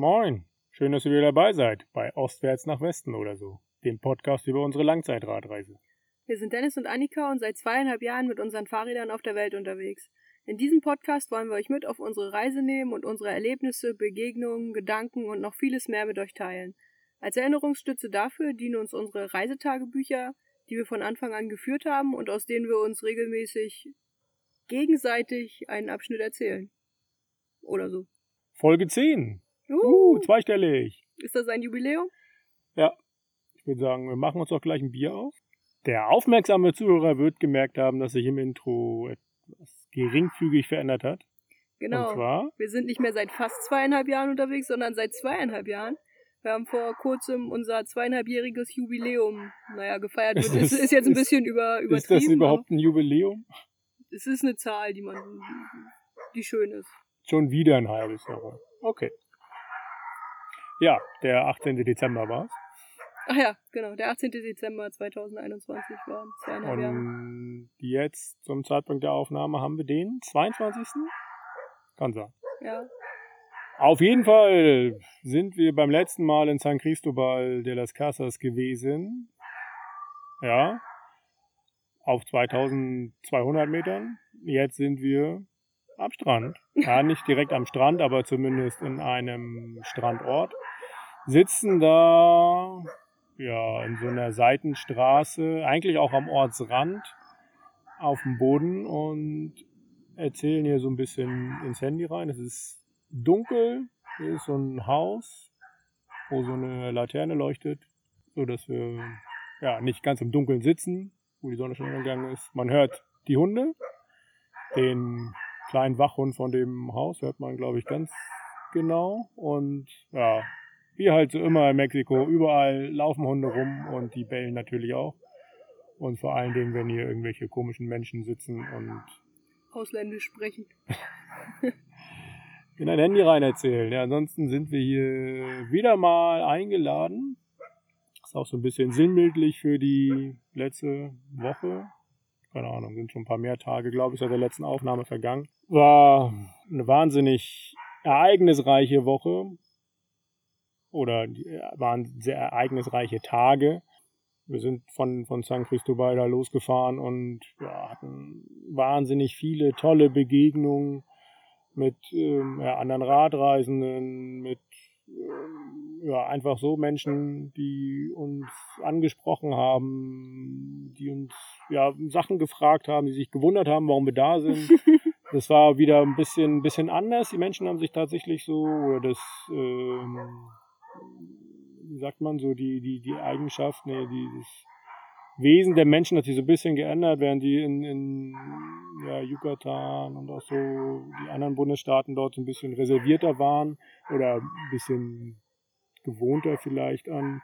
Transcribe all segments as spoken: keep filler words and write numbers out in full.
Moin, schön, dass ihr wieder dabei seid, bei Ostwärts nach Westen oder so, dem Podcast über unsere Langzeitradreise. Wir sind Dennis und Annika und seit zweieinhalb Jahren mit unseren Fahrrädern auf der Welt unterwegs. In diesem Podcast wollen wir euch mit auf unsere Reise nehmen und unsere Erlebnisse, Begegnungen, Gedanken und noch vieles mehr mit euch teilen. Als Erinnerungsstütze dafür dienen uns unsere Reisetagebücher, die wir von Anfang an geführt haben und aus denen wir uns regelmäßig gegenseitig einen Abschnitt erzählen. Oder so. Folge zehn. Uh, Uh, zweistellig. Ist das ein Jubiläum? Ja, ich würde sagen, wir machen uns doch gleich ein Bier auf. Der aufmerksame Zuhörer wird gemerkt haben, dass sich im Intro etwas geringfügig verändert hat. Genau. Und zwar? Wir sind nicht mehr seit fast zweieinhalb Jahren unterwegs, sondern seit zweieinhalb Jahren. Wir haben vor kurzem unser zweieinhalbjähriges Jubiläum, naja, gefeiert. Ist Wird. das- Es ist jetzt ein ist- bisschen über, übertrieben. Ist das überhaupt ein Jubiläum? aber Es ist eine Zahl, die man, die schön ist. Schon wieder ein halbes Jahr. Okay. Ja, der achtzehnten Dezember war es. Ach ja, genau. Der achtzehnten Dezember zweitausendeinundzwanzig waren zweieinhalb Jahre. Und jetzt, zum Zeitpunkt der Aufnahme, haben wir den zweiundzwanzigsten Kann sein. Ja. Auf jeden Fall sind wir beim letzten Mal in San Cristobal de las Casas gewesen. Ja. Auf zweitausendzweihundert Metern. Jetzt sind wir am Strand. Ja, nicht direkt am Strand, aber zumindest in einem Strandort. Sitzen da, ja, in so einer Seitenstraße, eigentlich auch am Ortsrand, auf dem Boden und erzählen hier so ein bisschen ins Handy rein. Es ist dunkel, hier ist so ein Haus, wo so eine Laterne leuchtet, so dass wir ja nicht ganz im Dunkeln sitzen, wo die Sonne schon untergegangen ist. Man hört die Hunde, den kleinen Wachhund von dem Haus hört man, glaube ich, ganz genau. Und ja, wie halt so immer in Mexiko, überall laufen Hunde rum und die bellen natürlich auch. Und vor allen Dingen, wenn hier irgendwelche komischen Menschen sitzen und Ausländisch sprechen. in ein Handy rein erzählen. Ja, ansonsten sind wir hier wieder mal eingeladen. Ist auch so ein bisschen sinnbildlich für die letzte Woche. Keine Ahnung, sind schon ein paar mehr Tage, glaube ich, seit der letzten Aufnahme vergangen. War eine wahnsinnig ereignisreiche Woche. Oder waren sehr ereignisreiche Tage. Wir sind von, von San Cristobal da losgefahren und ja, hatten wahnsinnig viele tolle Begegnungen mit ähm, ja, anderen Radreisenden, mit ähm, ja, einfach so Menschen, die uns angesprochen haben, die uns ja, Sachen gefragt haben, die sich gewundert haben, warum wir da sind. Das war wieder ein bisschen, ein bisschen anders. Die Menschen haben sich tatsächlich so, oder das, ähm, wie sagt man so, die, die, die Eigenschaft, nee, die, das Wesen der Menschen hat sich so ein bisschen geändert, während die in, in ja, Yucatan und auch so die anderen Bundesstaaten dort so ein bisschen reservierter waren oder ein bisschen gewohnter vielleicht an,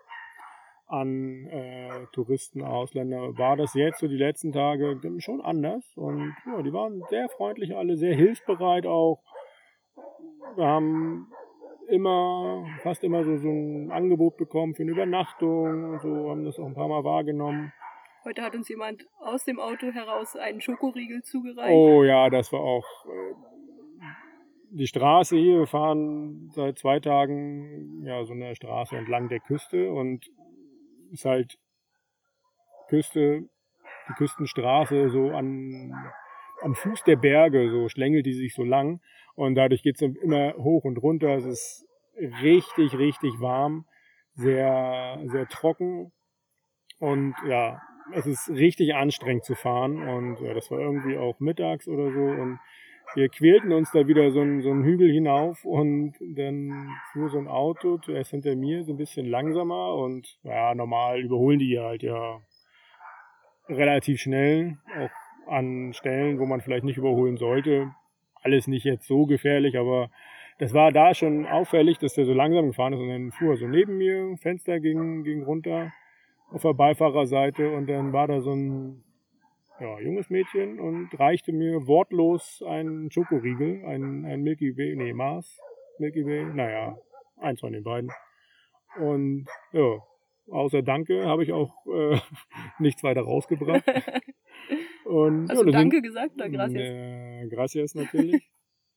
an äh, Touristen, Ausländer, war das jetzt so die letzten Tage schon anders. Und ja, die waren sehr freundlich alle, sehr hilfsbereit auch. Wir haben immer, fast immer so, so ein Angebot bekommen für eine Übernachtung und so, haben das auch ein paar Mal wahrgenommen. Heute hat uns jemand aus dem Auto heraus einen Schokoriegel zugereicht. Oh ja, das war auch äh, die Straße hier. Wir fahren seit zwei Tagen ja so eine Straße entlang der Küste und ist halt Küste, die Küstenstraße so an am Fuß der Berge, so schlängelt die sich so lang und dadurch geht es immer hoch und runter. Es ist richtig, richtig warm, sehr, sehr trocken und ja, es ist richtig anstrengend zu fahren und ja, das war irgendwie auch mittags oder so und wir quälten uns da wieder so einen, so einen Hügel hinauf und dann fuhr so ein Auto zuerst hinter mir so ein bisschen langsamer und ja, normal überholen die halt ja relativ schnell, auch an Stellen, wo man vielleicht nicht überholen sollte. Alles nicht jetzt so gefährlich, aber das war da schon auffällig, dass der so langsam gefahren ist und dann fuhr er so neben mir, Fenster ging, ging runter auf der Beifahrerseite und dann war da so ein ja, junges Mädchen und reichte mir wortlos einen Schokoriegel, ein, ein Milky Way, nee, Mars, Milky Way, naja, eins von den beiden. Und ja, außer Danke habe ich auch äh, nichts weiter rausgebracht. Und, Hast ja, du das Danke sind, gesagt oder Gracias? Äh, Gracias natürlich.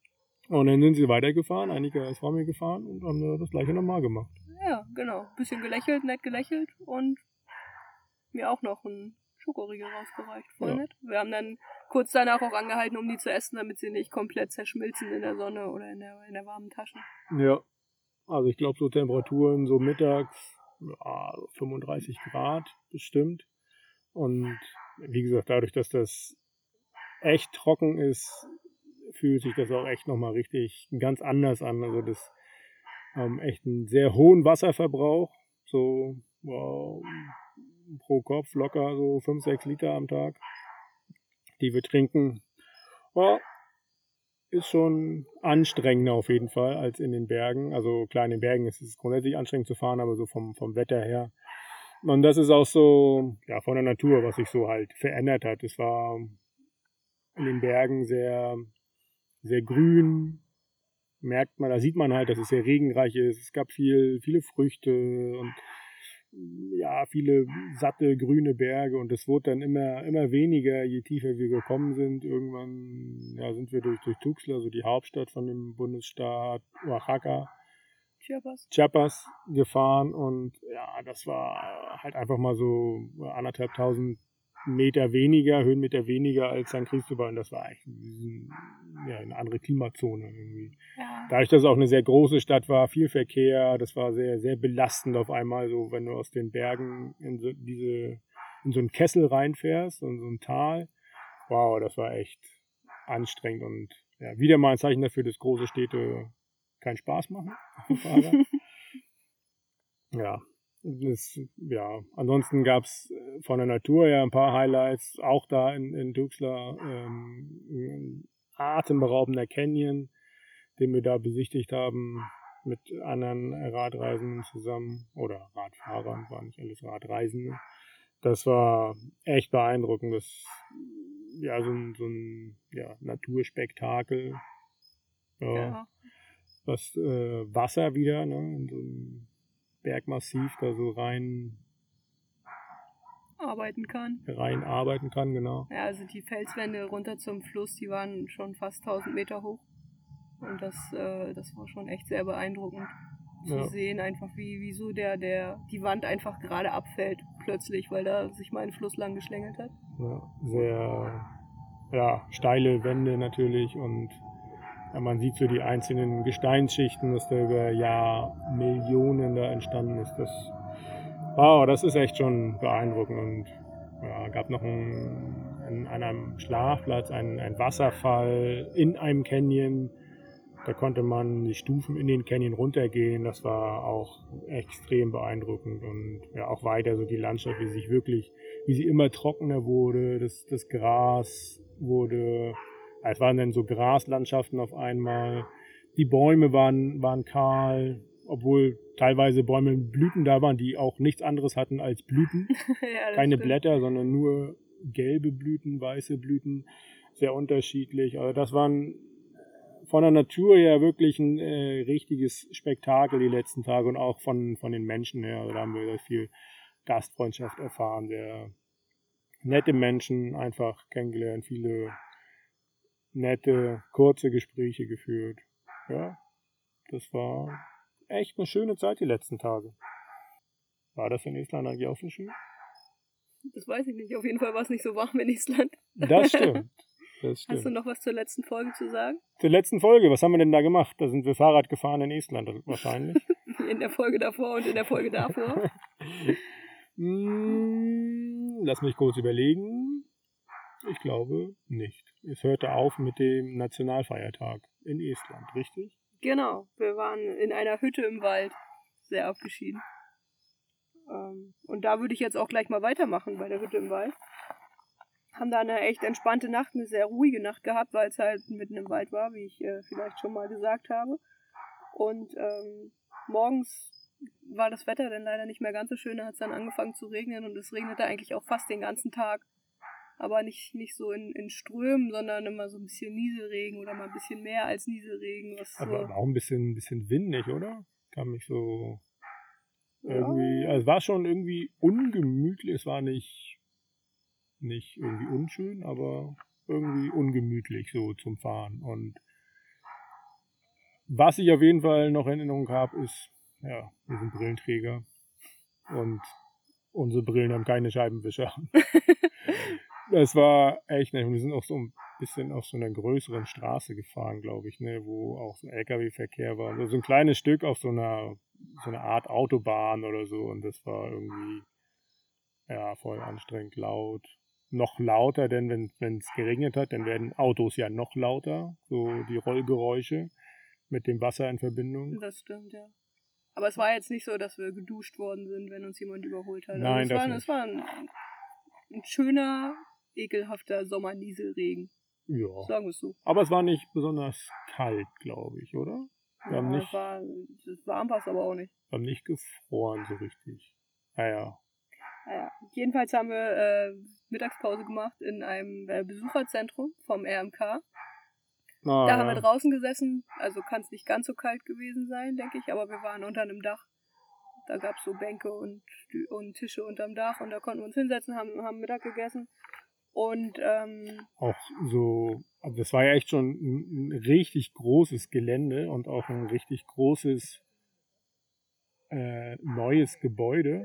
Und dann sind sie weitergefahren, Annika ist vor mir gefahren und haben das gleiche nochmal gemacht. Ja, genau. Bisschen gelächelt, nett gelächelt und mir auch noch ein Schokoriegel rausgereicht. Voll Ja. nett. Wir haben dann kurz danach auch angehalten, um die zu essen, damit sie nicht komplett zerschmilzen in der Sonne oder in der, in der warmen Tasche. Ja, also ich glaube so Temperaturen so mittags ja, fünfunddreißig Grad bestimmt. Und wie gesagt, dadurch, dass das echt trocken ist, fühlt sich das auch echt nochmal richtig ganz anders an. Also das haben echt einen sehr hohen Wasserverbrauch, so wow, pro Kopf locker so fünf, sechs Liter am Tag, die wir trinken. Ja, ist schon anstrengender auf jeden Fall als in den Bergen. Also klar, in den Bergen ist es grundsätzlich anstrengend zu fahren, aber so vom, vom Wetter her. Und das ist auch so, ja, von der Natur, was sich so halt verändert hat. Es war in den Bergen sehr, sehr grün. Merkt man, da sieht man halt, dass es sehr regenreich ist. Es gab viel, viele Früchte und ja, viele satte grüne Berge und es wurde dann immer, immer weniger, je tiefer wir gekommen sind. Irgendwann ja, sind wir durch, durch Tuxtla, so die Hauptstadt von dem Bundesstaat Oaxaca, Chiapas. Chiapas gefahren und ja, das war halt einfach mal so anderthalb tausend Meter weniger, Höhenmeter weniger als San Cristobal und das war echt ein, ja, eine andere Klimazone irgendwie. Ja. Dadurch, dass es auch eine sehr große Stadt war, viel Verkehr, das war sehr, sehr belastend auf einmal, so wenn du aus den Bergen in so diese, in so einen Kessel reinfährst und so ein Tal. Wow, das war echt anstrengend und ja, wieder mal ein Zeichen dafür, dass große Städte keinen Spaß machen auf dem Fahrrad. Ja. Das, ja, ansonsten gab es von der Natur ja ein paar Highlights, auch da in, in Tuxtla, ähm, ein atemberaubender Canyon, den wir da besichtigt haben mit anderen Radreisenden zusammen oder Radfahrern, waren nicht alles Radreisende. Das war echt beeindruckend, das ja so ein, so ein ja, Naturspektakel. Ja, Ja. das äh, Wasser wieder, ne, in so einem Bergmassiv da so rein Arbeiten kann. rein arbeiten kann, genau. Ja, also die Felswände runter zum Fluss, die waren schon fast tausend Meter hoch. Und das, äh, das war schon echt sehr beeindruckend zu Ja. sehen, einfach wie, wie so der, der, die Wand einfach gerade abfällt plötzlich, weil da sich mal ein Fluss lang geschlängelt hat. Ja, sehr ja, steile Wände natürlich und ja, man sieht so die einzelnen Gesteinsschichten, dass da über Jahrmillionen da entstanden ist. Das, wow, das ist echt schon beeindruckend und ja, gab noch einen, an einem Schlafplatz einen, einen Wasserfall in einem Canyon. Da konnte man die Stufen in den Canyon runtergehen. Das war auch extrem beeindruckend und ja auch weiter so die Landschaft, wie sie sich wirklich, wie sie immer trockener wurde. Das, das Gras wurde, es waren dann so Graslandschaften auf einmal. Die Bäume waren, waren kahl, obwohl teilweise Bäume mit Blüten da waren, die auch nichts anderes hatten als Blüten. Ja, Keine stimmt. Blätter, sondern nur gelbe Blüten, weiße Blüten. Sehr unterschiedlich. Also das waren von der Natur her wirklich ein äh, richtiges Spektakel die letzten Tage und auch von, von den Menschen her. Also da haben wir sehr viel Gastfreundschaft erfahren, sehr nette Menschen einfach kennengelernt, viele nette, kurze Gespräche geführt. Ja, das war echt eine schöne Zeit die letzten Tage. War das in Estland eigentlich auch so schön? Das weiß ich nicht. Auf jeden Fall war es nicht so warm in Island. Das stimmt. Das Hast du stimmt. noch was zur letzten Folge zu sagen? Zur letzten Folge, was haben wir denn da gemacht? Da sind wir Fahrrad gefahren in Estland wahrscheinlich. In der Folge davor und in der Folge davor. Hm, Lass mich kurz überlegen. Ich glaube nicht. Es hörte auf mit dem Nationalfeiertag in Estland, richtig? Genau, wir waren in einer Hütte im Wald. Sehr abgeschieden. Ähm, und da würde ich jetzt auch gleich mal weitermachen bei der Hütte im Wald. Haben da eine echt entspannte Nacht, eine sehr ruhige Nacht gehabt, weil es halt mitten im Wald war, wie ich äh, vielleicht schon mal gesagt habe. Und ähm, morgens war das Wetter dann leider nicht mehr ganz so schön, da hat es dann angefangen zu regnen und es regnete eigentlich auch fast den ganzen Tag. Aber nicht, nicht so in, in Strömen, sondern immer so ein bisschen Nieselregen oder mal ein bisschen mehr als Nieselregen. Was Aber so, war auch ein bisschen, ein bisschen windig, oder? Kam mich so ja, irgendwie, also es war schon irgendwie ungemütlich, es war nicht, nicht irgendwie unschön, aber irgendwie ungemütlich so zum Fahren und Was ich auf jeden Fall noch in Erinnerung habe, ist, ja, wir sind Brillenträger und unsere Brillen haben keine Scheibenwischer. Das war echt, ne, wir sind auch so ein bisschen auf so einer größeren Straße gefahren, glaube ich, ne, wo auch so L K W-Verkehr war. Also so ein kleines Stück auf so einer, so einer Art Autobahn oder so und das war irgendwie, ja, voll anstrengend laut. Noch lauter, denn wenn es geregnet hat, dann werden Autos ja noch lauter, so die Rollgeräusche mit dem Wasser in Verbindung. Das stimmt, ja. Aber es war jetzt nicht so, dass wir geduscht worden sind, wenn uns jemand überholt hat. Nein, also es das war, nicht. Es war ein, ein schöner, ekelhafter Sommernieselregen. Ja. Sagen wir es so. Aber es war nicht besonders kalt, glaube ich, oder? Wir Ja, haben nicht, es war, das warm war es aber auch nicht. wir haben nicht gefroren so richtig. Naja. Naja. Jedenfalls haben wir äh, Mittagspause gemacht in einem äh, Besucherzentrum vom R M K. Ah, Da ja. haben wir draußen gesessen, also kann es nicht ganz so kalt gewesen sein, denke ich, aber wir waren unter einem Dach. Da gab es so Bänke und, und Tische unterm Dach und da konnten wir uns hinsetzen, haben, haben Mittag gegessen. Und ähm, Auch so, also das war ja echt schon ein, ein richtig großes Gelände und auch ein richtig großes äh, neues Gebäude.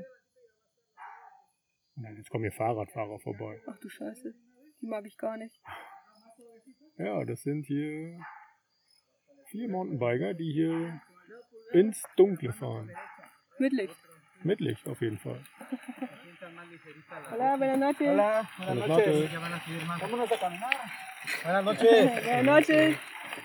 Und jetzt kommen hier Fahrradfahrer vorbei. ach du Scheiße, die mag ich gar nicht. Ja, das sind hier vier Mountainbiker, die hier ins Dunkle fahren. Mit Licht. Mit Licht auf jeden Fall. Hola, buenas noches. Hola, Buenas buenas noches. noches. Vámonos a caminar. Buenas noches. Buenas noches.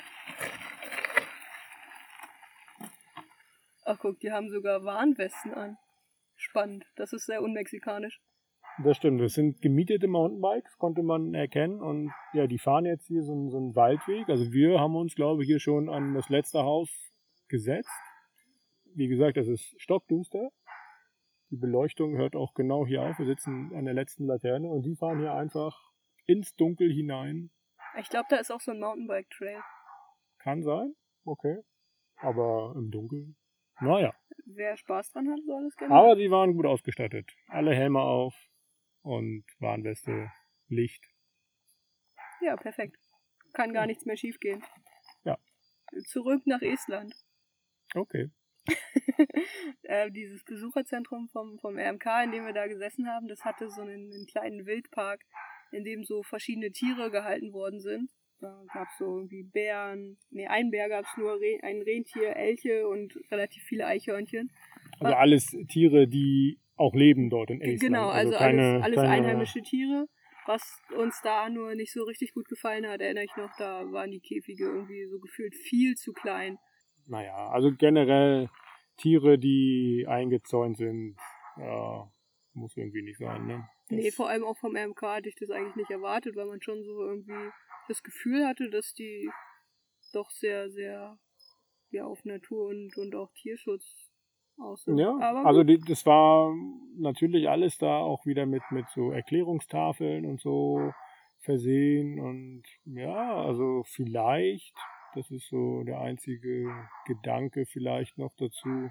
Ach guck, die haben sogar Warnwesten an. Spannend, das ist sehr unmexikanisch. Das stimmt, das sind gemietete Mountainbikes, konnte man erkennen. Und ja, die fahren jetzt hier so, einen- so einen Waldweg. Also wir haben uns, glaube ich, hier schon an das letzte Haus gesetzt. Wie gesagt, es ist stockduster. Die Beleuchtung hört auch genau hier auf. Wir sitzen an der letzten Laterne und die fahren hier einfach ins Dunkel hinein. Ich glaube, da ist auch so ein Mountainbike-Trail. Kann sein, okay. Aber im Dunkeln, naja. Wer Spaß dran hat, soll es gerne. Aber sie waren gut ausgestattet. Alle Helme auf und Warnweste, Licht. Ja, perfekt. Kann gar nichts mehr schief gehen. Ja. Zurück nach Estland. Okay. äh, dieses Besucherzentrum vom, vom R M K, in dem wir da gesessen haben, das hatte so einen, einen kleinen Wildpark, in dem so verschiedene Tiere gehalten worden sind. Da gab es so irgendwie Bären, nee, einen Bär gab es nur, Re ein Rentier, Elche und relativ viele Eichhörnchen. Also alles Tiere, die auch leben dort in Estland. Genau, also, keine, alles, alles keine, einheimische Tiere. Was uns da nur nicht so richtig gut gefallen hat, erinnere ich noch, da waren die Käfige irgendwie so gefühlt viel zu klein. Naja, also generell Tiere, die eingezäunt sind, ja, muss irgendwie nicht sein, ne? Das, Nee, vor allem auch vom R M K hatte ich das eigentlich nicht erwartet, weil man schon so irgendwie das Gefühl hatte, dass die doch sehr, sehr ja, auf Natur und, und auch Tierschutz aus sind. Ja, Aber also gut. die, das war natürlich alles da auch wieder mit, mit so Erklärungstafeln und so versehen und ja, also vielleicht, das ist so der einzige Gedanke vielleicht noch dazu,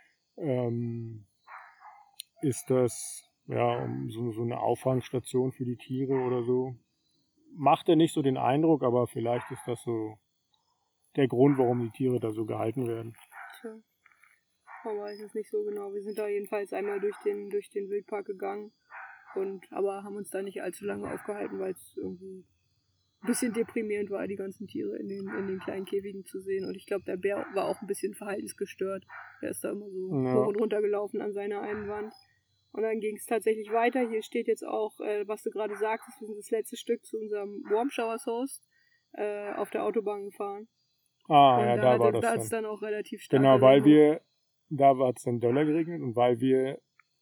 ähm, ist das ja um so, so eine Auffangstation für die Tiere oder so. Macht er nicht so den Eindruck, aber vielleicht ist das so der Grund, warum die Tiere da so gehalten werden. Tja, man weiß es nicht so genau. Wir sind da jedenfalls einmal durch den, durch den Wildpark gegangen, und aber haben uns da nicht allzu lange aufgehalten, weil es irgendwie ein bisschen deprimierend war, die ganzen Tiere in den, in den kleinen Käfigen zu sehen. Und ich glaube, der Bär war auch ein bisschen verhaltensgestört. Der ist da immer so Ja. hoch und runter gelaufen an seiner einen Wand. Und dann ging es tatsächlich weiter. Hier steht jetzt auch, äh, was du gerade sagtest, wir sind das letzte Stück zu unserem Warm Showers Host äh, auf der Autobahn gefahren. Ah, und ja, da, da hat war es, da das hat's dann. dann auch relativ stark Genau, weil geregnet. wir, da hat es dann doller geregnet und weil wir,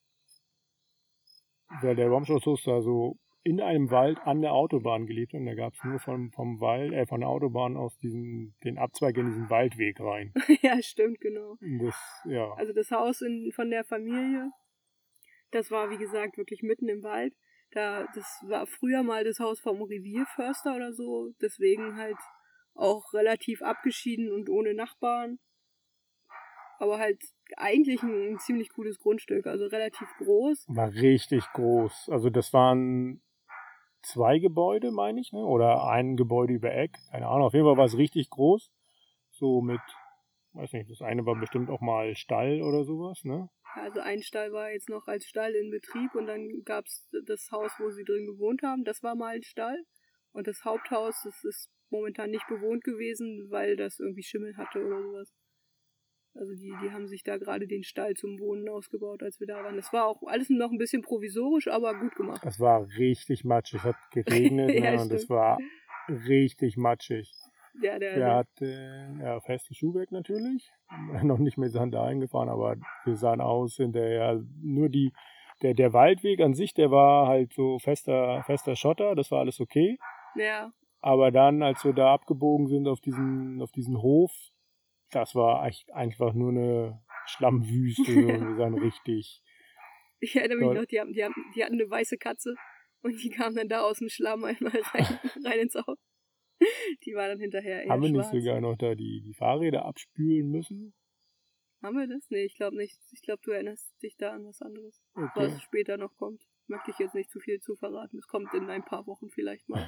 weil der Baumschutzhost da so in einem Wald an der Autobahn gelebt hat und da gab es nur vom, vom Wald, äh, von der Autobahn aus diesen, den Abzweig in diesen Waldweg rein. Ja, stimmt, genau. Und das, ja. Also das Haus in, von der Familie, das war wie gesagt wirklich mitten im Wald. Da, das war früher mal das Haus vom Revierförster oder so, deswegen halt auch relativ abgeschieden und ohne Nachbarn. Aber halt eigentlich ein, ein ziemlich cooles Grundstück, also relativ groß. War richtig groß. Also das waren zwei Gebäude, meine ich, ne? Oder ein Gebäude über Eck. Keine Ahnung. Auf jeden Fall war es richtig groß. So mit weiß nicht, das eine war bestimmt auch mal Stall oder sowas, ne? Also ein Stall war jetzt noch als Stall in Betrieb und dann gab es das Haus, wo sie drin gewohnt haben, das war mal ein Stall. Und das Haupthaus, das ist momentan nicht bewohnt gewesen, weil das irgendwie Schimmel hatte oder sowas. Also die, die haben sich da gerade den Stall zum Wohnen ausgebaut, als wir da waren. Das war auch alles noch ein bisschen provisorisch, aber gut gemacht. Es war richtig matschig, es hat geregnet, Ja, ne? Und es stimmt. war richtig matschig. Ja, der, Der der, hatte ja, festes Schuhwerk natürlich, noch nicht mit Sandalen gefahren, aber wir sahen aus hinterher, nur die, der, der Waldweg an sich, der war halt so fester, fester Schotter, das war alles okay. ja, Aber dann, als wir da abgebogen sind auf diesen, auf diesen Hof, das war echt einfach nur eine Schlammwüste, so, wir sahen richtig. ich erinnere mich Toll. noch, die, haben, die, haben, die hatten eine weiße Katze und die kam dann da aus dem Schlamm einmal rein, rein ins Haus. Die war dann hinterher eher Haben wir nicht schwarz. sogar noch da die, die Fahrräder abspülen müssen? Haben wir das? Nee, ich glaube nicht. Ich glaube, du erinnerst dich da an was anderes. Okay. Was später noch kommt. Möchte ich jetzt nicht zu viel zu verraten. Es kommt in ein paar Wochen vielleicht mal.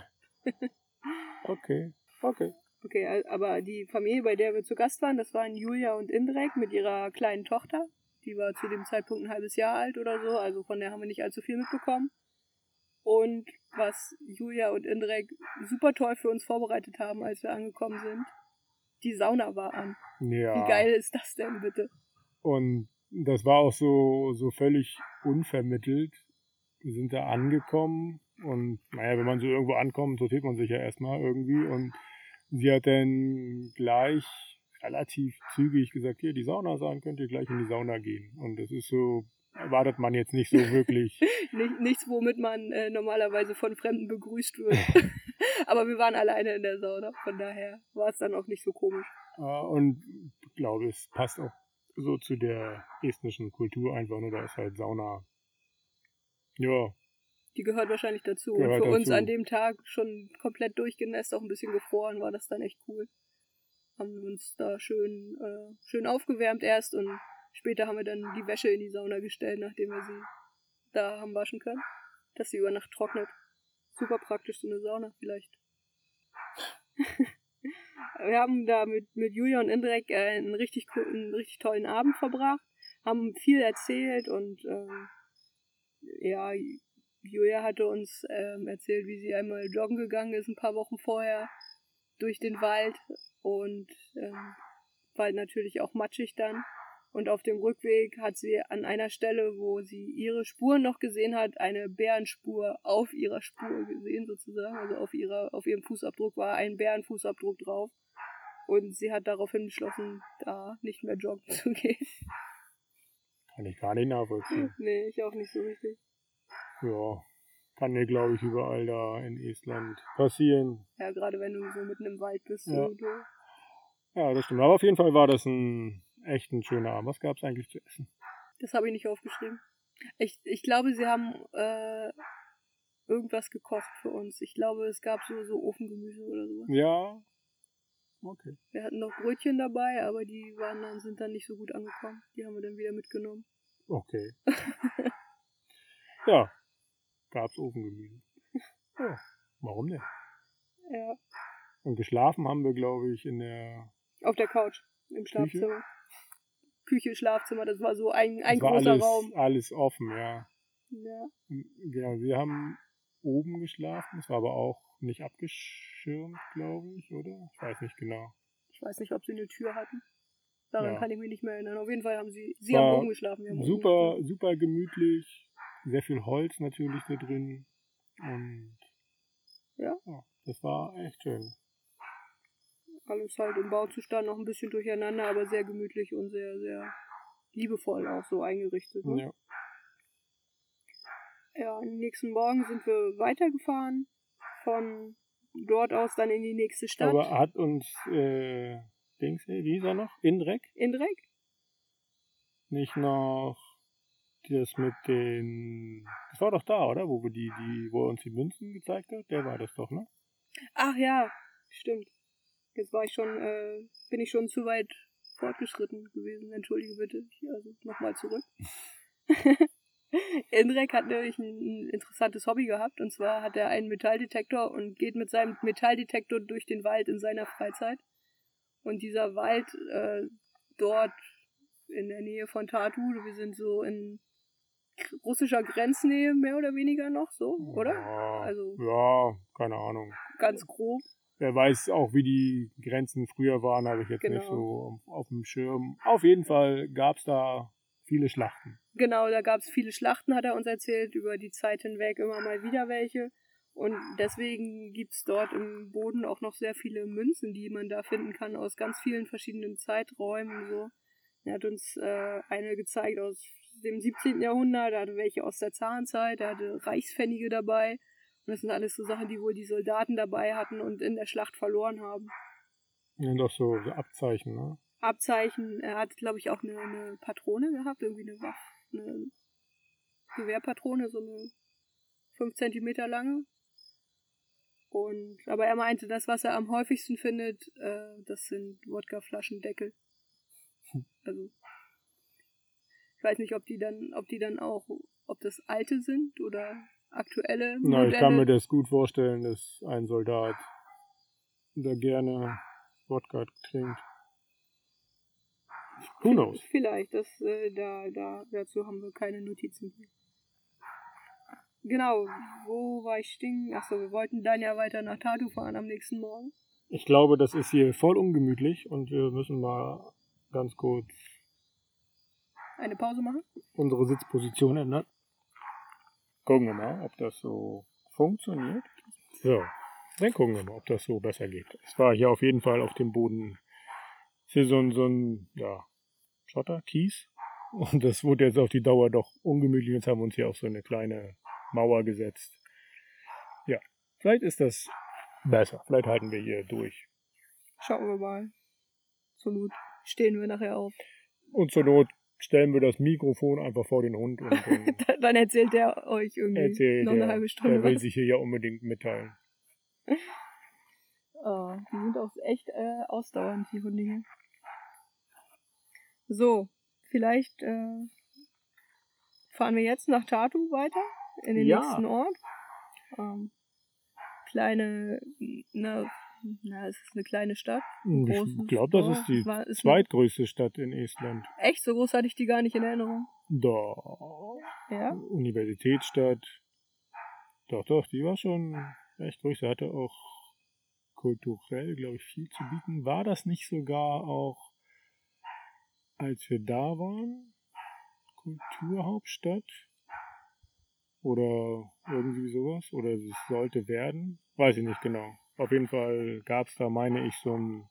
Okay, okay. Okay, al- aber die Familie, bei der wir zu Gast waren, das waren Julia und Indrek mit ihrer kleinen Tochter. Die war zu dem Zeitpunkt ein halbes Jahr alt oder so, also von der haben wir nicht allzu viel mitbekommen. Und was Julia und Indrek super toll für uns vorbereitet haben, als wir angekommen sind, die Sauna war an. Ja. Wie geil ist das denn bitte? Und das war auch so, so völlig unvermittelt. Wir sind da angekommen und naja, wenn man so irgendwo ankommt, sortiert man sich ja erstmal irgendwie. Und sie hat dann gleich relativ zügig gesagt, hier, die Sauna sein, könnt ihr gleich in die Sauna gehen. Und das ist so, erwartet man jetzt nicht so wirklich. Nicht, nichts, womit man äh, normalerweise von Fremden begrüßt wird. Aber wir waren alleine in der Sauna, von daher war es dann auch nicht so komisch. Ja, und ich glaube, es passt auch so zu der estnischen Kultur einfach, nur da ist halt Sauna. Ja, Die gehört wahrscheinlich dazu. Gehört Und für uns dazu. an dem Tag schon komplett durchgenässt, auch ein bisschen gefroren, war das dann echt cool. Haben uns da schön, äh, schön aufgewärmt erst und später haben wir dann die Wäsche in die Sauna gestellt, nachdem wir sie da haben waschen können, dass sie über Nacht trocknet. Super praktisch, so eine Sauna vielleicht. Wir haben da mit, mit Julia und Indrek äh, einen, richtig, co- einen richtig tollen Abend verbracht, haben viel erzählt und ähm, ja, Julia hatte uns ähm, erzählt, wie sie einmal joggen gegangen ist, ein paar Wochen vorher, durch den Wald und ähm, Wald natürlich auch matschig dann. Und auf dem Rückweg hat sie an einer Stelle, wo sie ihre Spuren noch gesehen hat, eine Bärenspur auf ihrer Spur gesehen sozusagen. Also auf ihrer, auf ihrem Fußabdruck war ein Bärenfußabdruck drauf. Und sie hat daraufhin beschlossen, da nicht mehr joggen zu gehen. kann ich gar nicht nachvollziehen. Nee, ich auch nicht so richtig. Ja, kann dir, glaube ich, überall da in Estland passieren. Ja, gerade wenn du so mitten im Wald bist. Ja. So, du. Ja, das stimmt. Aber auf jeden Fall war das ein echt ein schöner Abend. Was gab es eigentlich zu essen? Das habe ich nicht aufgeschrieben. Ich, ich glaube, sie haben äh, irgendwas gekocht für uns. Ich glaube, es gab so, so Ofengemüse oder sowas. Ja, okay. Wir hatten noch Brötchen dabei, aber die waren dann, sind dann nicht so gut angekommen. Die haben wir dann wieder mitgenommen. Okay. Ja, gab's Ofengemüse. Ja, warum nicht? Ja. Und geschlafen haben wir, glaube ich, in der... Auf der Couch, im Schlafzimmer. Küche, Schlafzimmer, das war so ein, ein Es war großer alles, Raum. alles offen, ja. Ja. Genau, wir haben oben geschlafen. Es war aber auch nicht abgeschirmt, glaube ich, oder? Ich weiß nicht genau. Ich weiß nicht, ob sie eine Tür hatten. Daran Ja. kann ich mich nicht mehr erinnern. Auf jeden Fall haben sie, sie War haben oben geschlafen. Wir haben unten Super, geschlafen. super gemütlich. Sehr viel Holz natürlich da drin. Und Ja. ja, das war echt schön. Alles halt im Bauzustand noch ein bisschen durcheinander, aber sehr gemütlich und sehr, sehr liebevoll auch so eingerichtet. Ne? Ja. Ja, am nächsten Morgen sind wir weitergefahren. Von dort aus dann in die nächste Stadt. Aber hat uns, äh, Dings, wie hieß er noch? Indrek? Indrek? Nicht noch das mit den... Das war doch da, oder? Wo wir die, die, wo er uns die Münzen gezeigt hat? Der war das doch, ne? Ach ja, stimmt. Jetzt war ich schon, äh, bin ich schon zu weit fortgeschritten gewesen. Entschuldige bitte. Also nochmal zurück. Indrek hat nämlich ein, ein interessantes Hobby gehabt. Und zwar hat er einen Metalldetektor und geht mit seinem Metalldetektor durch den Wald in seiner Freizeit. Und dieser Wald, äh, dort in der Nähe von Tartu. Wir sind so in russischer Grenznähe mehr oder weniger noch so, oder? Ja, Also ja, keine Ahnung. ganz grob. Wer weiß auch, wie die Grenzen früher waren, habe ich jetzt Genau. nicht so auf, auf dem Schirm. Auf jeden Fall gab es da viele Schlachten. Genau, da gab es viele Schlachten, hat er uns erzählt, über die Zeit hinweg immer mal wieder welche. Und deswegen gibt es dort im Boden auch noch sehr viele Münzen, die man da finden kann, aus ganz vielen verschiedenen Zeiträumen. So. Er hat uns äh, eine gezeigt aus dem siebzehnten Jahrhundert, er hatte welche aus der Zarenzeit, er hatte Reichspfennige dabei. Und das sind alles so Sachen, die wohl die Soldaten dabei hatten und in der Schlacht verloren haben. Und auch so, so Abzeichen, ne? Abzeichen, er hat, glaube ich, auch eine, eine Patrone gehabt, irgendwie eine Waffe, eine Gewehrpatrone, so eine fünf Zentimeter lange. Und, aber er meinte, das, was er am häufigsten findet, äh, das sind Wodkaflaschendeckel. Also, ich weiß nicht, ob die dann, ob die dann auch, ob das alte sind oder aktuelle Na, Modelle. ich kann mir das gut vorstellen, dass ein Soldat da gerne Wodka trinkt. Who knows? Vielleicht, das, äh, da, da, dazu haben wir keine Notizen. Genau, wo war ich stehen? Achso, wir wollten dann ja weiter nach Tartu fahren am nächsten Morgen. Ich glaube, das ist hier voll ungemütlich und wir müssen mal ganz kurz Eine Pause machen? unsere Sitzposition ändern. Gucken wir mal, ob das so funktioniert. So, dann gucken wir mal, ob das so besser geht. Es war hier auf jeden Fall auf dem Boden hier so ein, so ein ja, Schotter, Kies. Und das wurde jetzt auf die Dauer doch ungemütlich. Jetzt haben wir uns hier auf so eine kleine Mauer gesetzt. Ja, vielleicht ist das besser. Vielleicht halten wir hier durch. Schauen wir mal. Zur Not stehen wir nachher auf. Und zur Not stellen wir das Mikrofon einfach vor den Hund und dann Dann erzählt er euch irgendwie erzählt noch eine er, halbe Stunde der will was. sich hier ja unbedingt mitteilen. Oh, die sind auch echt äh, ausdauernd, die Hunde hier. So, vielleicht äh, fahren wir jetzt nach Tartu weiter, in den Ja. nächsten Ort. Ähm, kleine, na, na, es ist eine kleine Stadt. Ein großes Ich glaube, das Dorf. ist die Es war- ist zweitgrößte Stadt in Estland. eine, echt, so groß hatte ich die gar nicht in Erinnerung. Da. Ja? Universitätsstadt. Doch, doch, die war schon echt groß. Sie hatte auch kulturell, glaube ich, viel zu bieten. War das nicht sogar auch, als wir da waren, Kulturhauptstadt? Oder irgendwie sowas? Oder es sollte werden? Weiß ich nicht genau. Auf jeden Fall gab es da, meine ich, so ein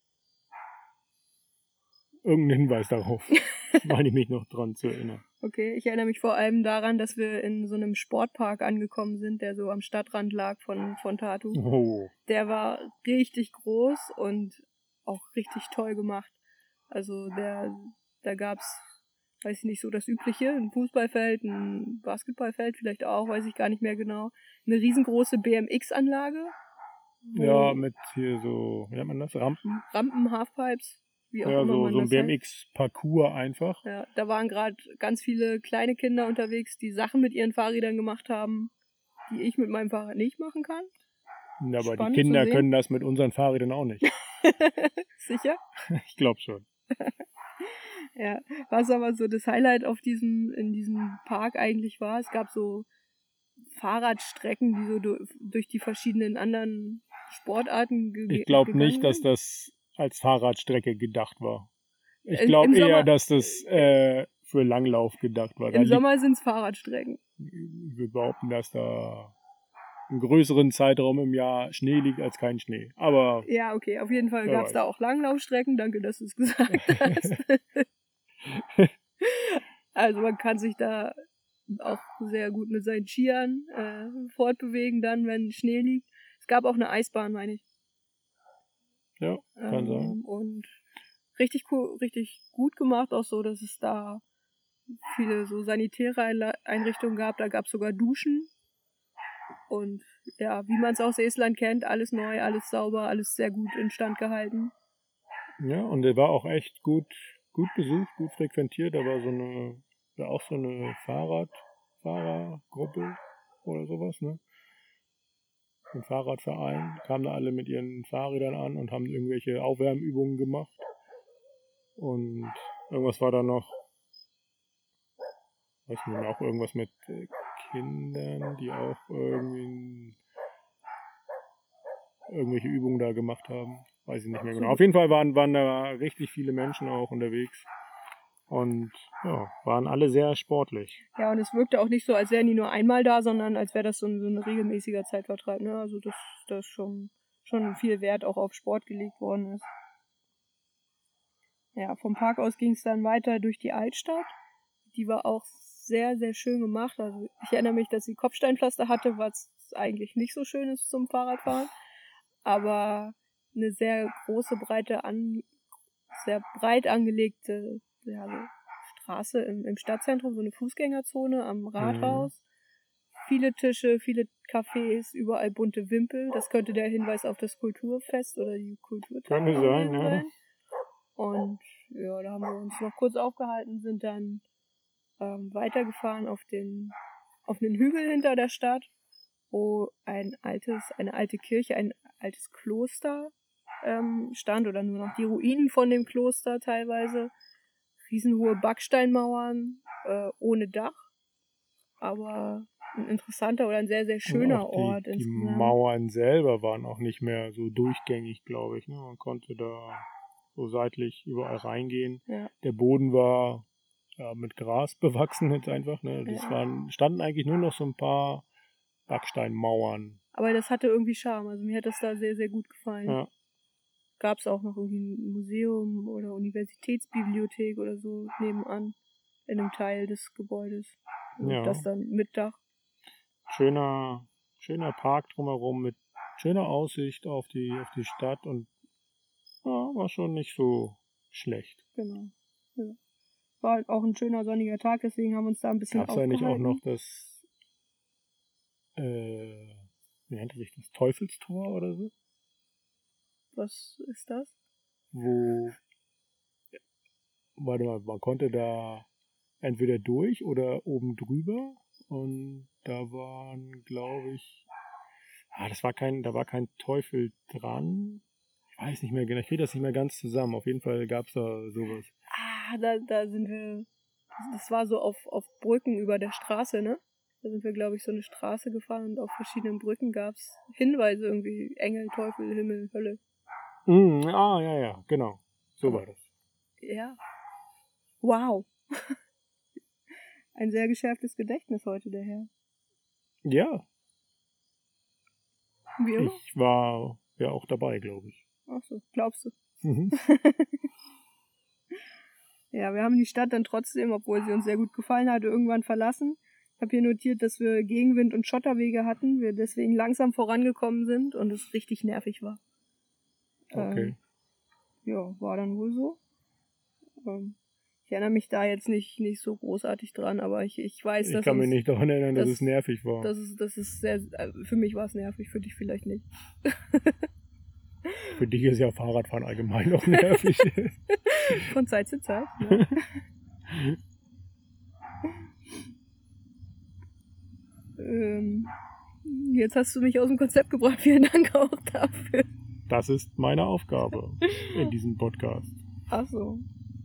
irgendeinen Hinweis darauf. Meine ich mich noch dran zu erinnern. Okay, ich erinnere mich vor allem daran, dass wir in so einem Sportpark angekommen sind, der so am Stadtrand lag von, von Tartu. Oh. Der war richtig groß und auch richtig toll gemacht. Also der, da gab's, weiß ich nicht, so das Übliche, ein Fußballfeld, ein Basketballfeld vielleicht auch, weiß ich gar nicht mehr genau. Eine riesengroße B M X-Anlage. wo Ja, mit hier so, wie nennt man das? Rampen? Rampen, Halfpipes, wie auch Ja, immer so, man so ein das nennt. B M X-Parcours einfach. Ja, da waren gerade ganz viele kleine Kinder unterwegs, die Sachen mit ihren Fahrrädern gemacht haben, die ich mit meinem Fahrrad nicht machen kann. Ja, aber Spannend die Kinder zu sehen. können das mit unseren Fahrrädern auch nicht. Sicher? Ich glaube schon. Ja, was aber so das Highlight auf diesem, in diesem Park eigentlich war, es gab so Fahrradstrecken, die so durch, durch die verschiedenen anderen Sportarten ge- Ich glaube gegangen nicht, dass sind. das als Fahrradstrecke gedacht war. Ich Im- glaube im eher, Sommer- dass das äh, für Langlauf gedacht war. Da Im liegt, Sommer sind es Fahrradstrecken. wir behaupten, dass da einen größeren Zeitraum im Jahr Schnee liegt als kein Schnee. Aber Ja, okay, auf jeden Fall Wer gab es weiß. da auch Langlaufstrecken, danke, dass du es gesagt hast. Also man kann sich da auch sehr gut mit seinen Skiern äh, fortbewegen dann, wenn Schnee liegt. Es gab auch eine Eisbahn, meine ich. ja, kann Ähm, sein. Und richtig cool, richtig gut gemacht, auch so, dass es da viele so sanitäre Einla- Einrichtungen gab. Da gab es sogar Duschen. Und ja, wie man es aus Estland kennt, alles neu, alles sauber, alles sehr gut instand gehalten. Ja, und der war auch echt gut, gut besucht, gut frequentiert. Da war so eine, ja auch so eine Fahrradfahrergruppe oder sowas, ne? Ein Fahrradverein, kamen da alle mit ihren Fahrrädern an und haben irgendwelche Aufwärmübungen gemacht. Und irgendwas war da noch, weiß nicht mehr, auch irgendwas mit äh, Kindern, die auch irgendwie irgendwelche Übungen da gemacht haben. Weiß ich nicht mehr genau. Auf jeden Fall waren, waren da richtig viele Menschen auch unterwegs. Und ja, waren alle sehr sportlich. Ja, und es wirkte auch nicht so, als wären die nur einmal da, sondern als wäre das so ein, so ein regelmäßiger Zeitvertreib. Ne? Also dass das schon, schon viel Wert auch auf Sport gelegt worden ist. Ja, vom Park aus ging es dann weiter durch die Altstadt. Die war auch sehr, sehr schön gemacht. Also ich erinnere mich, dass sie Kopfsteinpflaster hatte, was eigentlich nicht so schön ist zum Fahrradfahren. Aber eine sehr große, breite, an, sehr breit angelegte ja, so Straße im, im Stadtzentrum, so eine Fußgängerzone am Rathaus. Mhm. Viele Tische, viele Cafés, überall bunte Wimpel. Das könnte der Hinweis auf das Kulturfest oder die Kulturtage Könnte sein, ja. sein. Und ja, da haben wir uns noch kurz aufgehalten, sind dann ähm, weitergefahren auf den auf einen Hügel hinter der Stadt, wo ein altes, eine alte Kirche, ein altes Kloster ähm, stand oder nur noch die Ruinen von dem Kloster teilweise. Riesenhohe Backsteinmauern äh, ohne Dach, aber ein interessanter oder ein sehr, sehr schöner die, Ort. Die insgesamt. Mauern selber waren auch nicht mehr so durchgängig, glaube ich. Ne? Man konnte da so seitlich überall reingehen. Ja. Der Boden war ja, mit Gras bewachsen jetzt einfach. Ne? Das Ja. waren, standen eigentlich nur noch so ein paar Backsteinmauern. Aber das hatte irgendwie Charme. Also mir hat das da sehr, sehr gut gefallen. Ja. Gab es auch noch irgendwie ein Museum oder Universitätsbibliothek oder so nebenan in einem Teil des Gebäudes. Also Ja. das dann mit Dach. Schöner, schöner Park drumherum mit schöner Aussicht auf die, auf die Stadt und ja, war schon nicht so schlecht. Genau. Ja. War halt auch ein schöner sonniger Tag, deswegen haben wir uns da ein bisschen Gab es da nicht auch aufgehalten. noch das, äh, wie nannte sich das, Teufelstor oder so? Was ist das? Wo, warte mal, man konnte da entweder durch oder oben drüber und da waren, glaube ich, ah, das war kein, da war kein Teufel dran. Ich weiß nicht mehr genau, ich kriege das nicht mehr ganz zusammen. Auf jeden Fall gab es da sowas. Ah, da, da sind wir, das war so auf, auf Brücken über der Straße, ne? Da sind wir, glaube ich, so eine Straße gefahren und auf verschiedenen Brücken gab es Hinweise irgendwie, Engel, Teufel, Himmel, Hölle. Mm, ah, ja, ja, genau. So war das. Ja. Wow. Ein sehr geschärftes Gedächtnis heute, der Herr. Ja. Wie immer? Ich war ja auch dabei, glaube ich. Ach so, glaubst du? Mhm. Ja, wir haben die Stadt dann trotzdem, obwohl sie uns sehr gut gefallen hatte, irgendwann verlassen. Ich habe hier notiert, dass wir Gegenwind und Schotterwege hatten, wir deswegen langsam vorangekommen sind und es richtig nervig war. Okay. Ähm, ja, war dann wohl so. Ähm, ich erinnere mich da jetzt nicht, nicht so großartig dran, aber ich, ich weiß, Ich dass kann uns, mich nicht daran erinnern, dass das- es nervig war. Das ist, das ist sehr, also für mich war es nervig, für dich vielleicht nicht. Für dich ist ja Fahrradfahren allgemein noch nervig. Von Zeit zu Zeit. Ne? ähm, jetzt hast du mich aus dem Konzept gebracht. Vielen Dank auch dafür. Das ist meine Aufgabe in diesem Podcast. Ach so.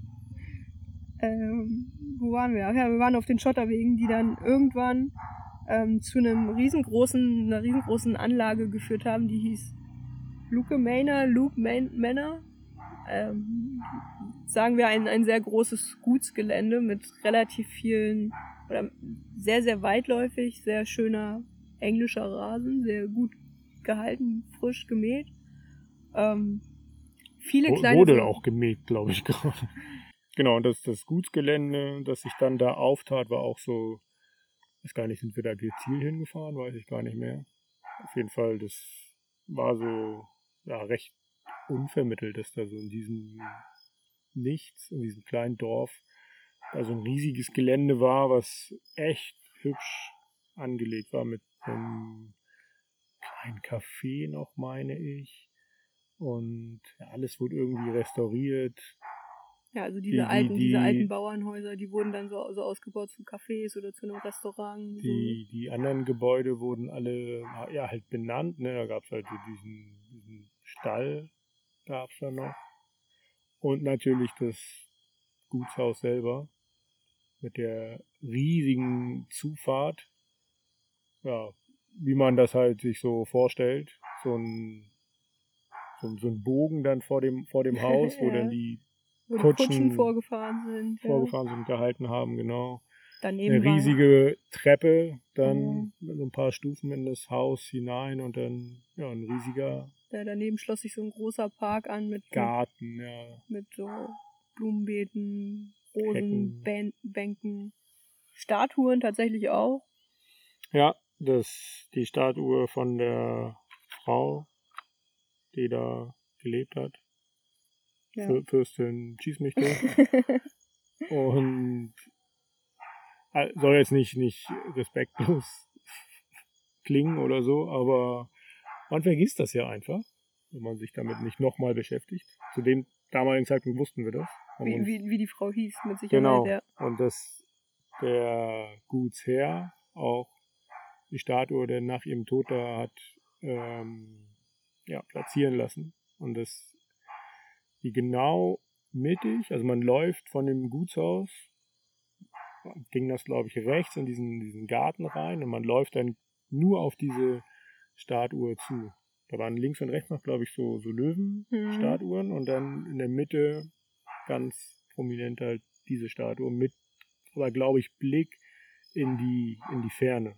Ähm, wo waren wir? Ach ja, wir waren auf den Schotterwegen, die dann irgendwann ähm, zu einem riesengroßen, einer riesengroßen Anlage geführt haben, die hieß Luke Manor, Luke Man- Manor. Ähm, sagen wir ein, ein sehr großes Gutsgelände mit relativ vielen, oder sehr, sehr weitläufig, sehr schöner englischer Rasen, sehr gut gehalten, frisch gemäht. Ähm, viele Wo- kleine... Wurde so- auch gemäht, glaube ich gerade. Genau, und das, das Gutsgelände, das sich dann da auftat, war auch so, ich weiß gar nicht, sind wir da gezielt hingefahren, weiß ich gar nicht mehr. Auf jeden Fall, das war so ja, recht unvermittelt, dass da so in diesem Nichts, in diesem kleinen Dorf, da so ein riesiges Gelände war, was echt hübsch angelegt war mit einem kleinen Café noch, meine ich. Und ja, alles wurde irgendwie restauriert. Ja, also diese Die- die- alten, diese die- alten Bauernhäuser, die wurden dann so, so ausgebaut zu Cafés oder zu einem Restaurant. Die, die anderen Gebäude wurden alle ja, halt benannt. Ne? Da gab es halt so diesen, diesen Stall, gab es da noch. Und natürlich das, Gutshaus selber mit der riesigen Zufahrt. Ja, wie man das halt sich so vorstellt. So ein, so ein, so ein Bogen dann vor dem, vor dem Haus, wo Ja. dann die Wo die Kutschen, Kutschen vorgefahren sind. vorgefahren sind, gehalten haben, genau. Ja. Daneben Eine war- riesige Treppe, dann Mhm. mit so ein paar Stufen in das Haus hinein und dann ja, ein riesiger Ja, daneben schloss sich so ein großer Park an mit, Garten, ja. mit so Blumenbeeten, Hecken. Rosenbänken, Statuen tatsächlich auch. Ja, das die Statue von der Frau, die da gelebt hat. Ja. Für, Fürstin Schieß mich tot. Und äh, soll jetzt nicht, nicht respektlos klingen oder so, aber man vergisst das ja einfach, wenn man sich damit nicht nochmal beschäftigt. Zu dem damaligen Zeitpunkt wussten wir das. Haben Wie, uns- wie, wie die Frau hieß, mit Sicherheit. Genau. Ja. Und dass der Gutsherr auch die Statue, der nach ihrem Tod da hat, ähm, ja, platzieren lassen. Und das die genau mittig, also man läuft von dem Gutshaus, ging das glaube ich rechts in diesen, diesen Garten rein und man läuft dann nur auf diese Statue zu. Da waren links und rechts noch glaube ich so, so Löwenstatuen und dann in der Mitte ganz prominent halt diese Statue mit, aber glaube ich Blick in die, in die Ferne.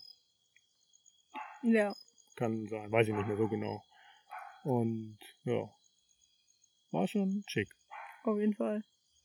Ja. Kann sein, weiß ich nicht mehr so genau. Und ja, war schon schick. Auf jeden Fall.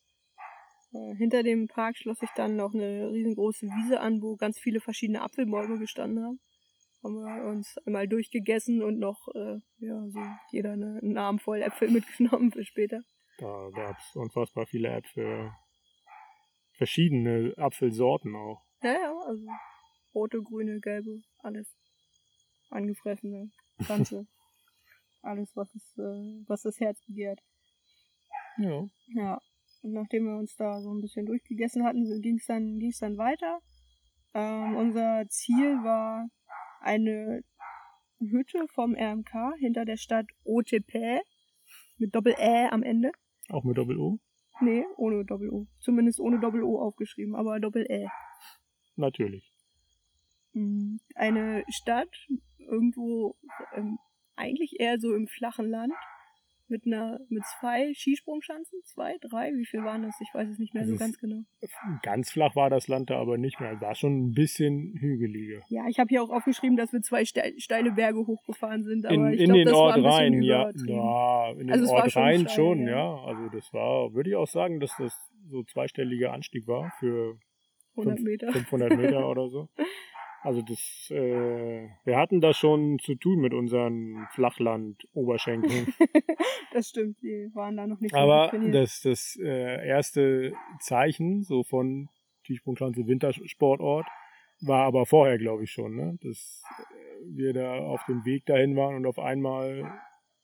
Äh, hinter dem Park schloss sich dann noch eine riesengroße Wiese an, wo ganz viele verschiedene Apfelbäume gestanden haben. Haben wir uns einmal durchgegessen und noch, äh, ja, so jeder eine, einen Arm voll Äpfel mitgenommen für später. Da gab es unfassbar viele Äpfel. Verschiedene Apfelsorten auch. Ja, ja, also rote, grüne, gelbe, alles. Angefressene, ganze. Alles, was, es, äh, was das Herz begehrt. Ja. Ja, und nachdem wir uns da so ein bisschen durchgegessen hatten, ging es dann, ging's dann weiter. Ähm, unser Ziel war eine Hütte vom R M K hinter der Stadt Otepää mit Doppel-Ä am Ende. Auch mit Doppel-O? Nee, ohne Doppel-O. Zumindest ohne Doppel-O aufgeschrieben, aber Doppel-Ä. Natürlich. Mm, Eine Stadt irgendwo ähm, eigentlich eher so im flachen Land mit einer mit zwei Skisprungschanzen, zwei, drei, wie viel waren das? Ich weiß es nicht mehr Das so ist- ganz genau. Ganz flach war das Land da aber nicht mehr. War schon ein bisschen hügeliger. Ja, ich habe hier auch aufgeschrieben, dass wir zwei ste steile Berge hochgefahren sind, aber In, ich in glaube, den das war Ort ein bisschen rein, ja. übertrieben. Ja, in den Also es war Ort schon rein steil, schon, ja. ja. Also das war, würde ich auch sagen, dass das so zweistelliger Anstieg war für hundert fünf- Meter. fünfhundert Meter oder so. Also das, äh, wir hatten da schon zu tun mit unseren Flachland-Oberschenkeln. Das stimmt, die waren da noch nicht so Aber gut trainiert. das, das äh, erste Zeichen so von Skisprungschanze Wintersportort war aber vorher, glaube ich, schon, ne? Dass äh, wir da auf dem Weg dahin waren und auf einmal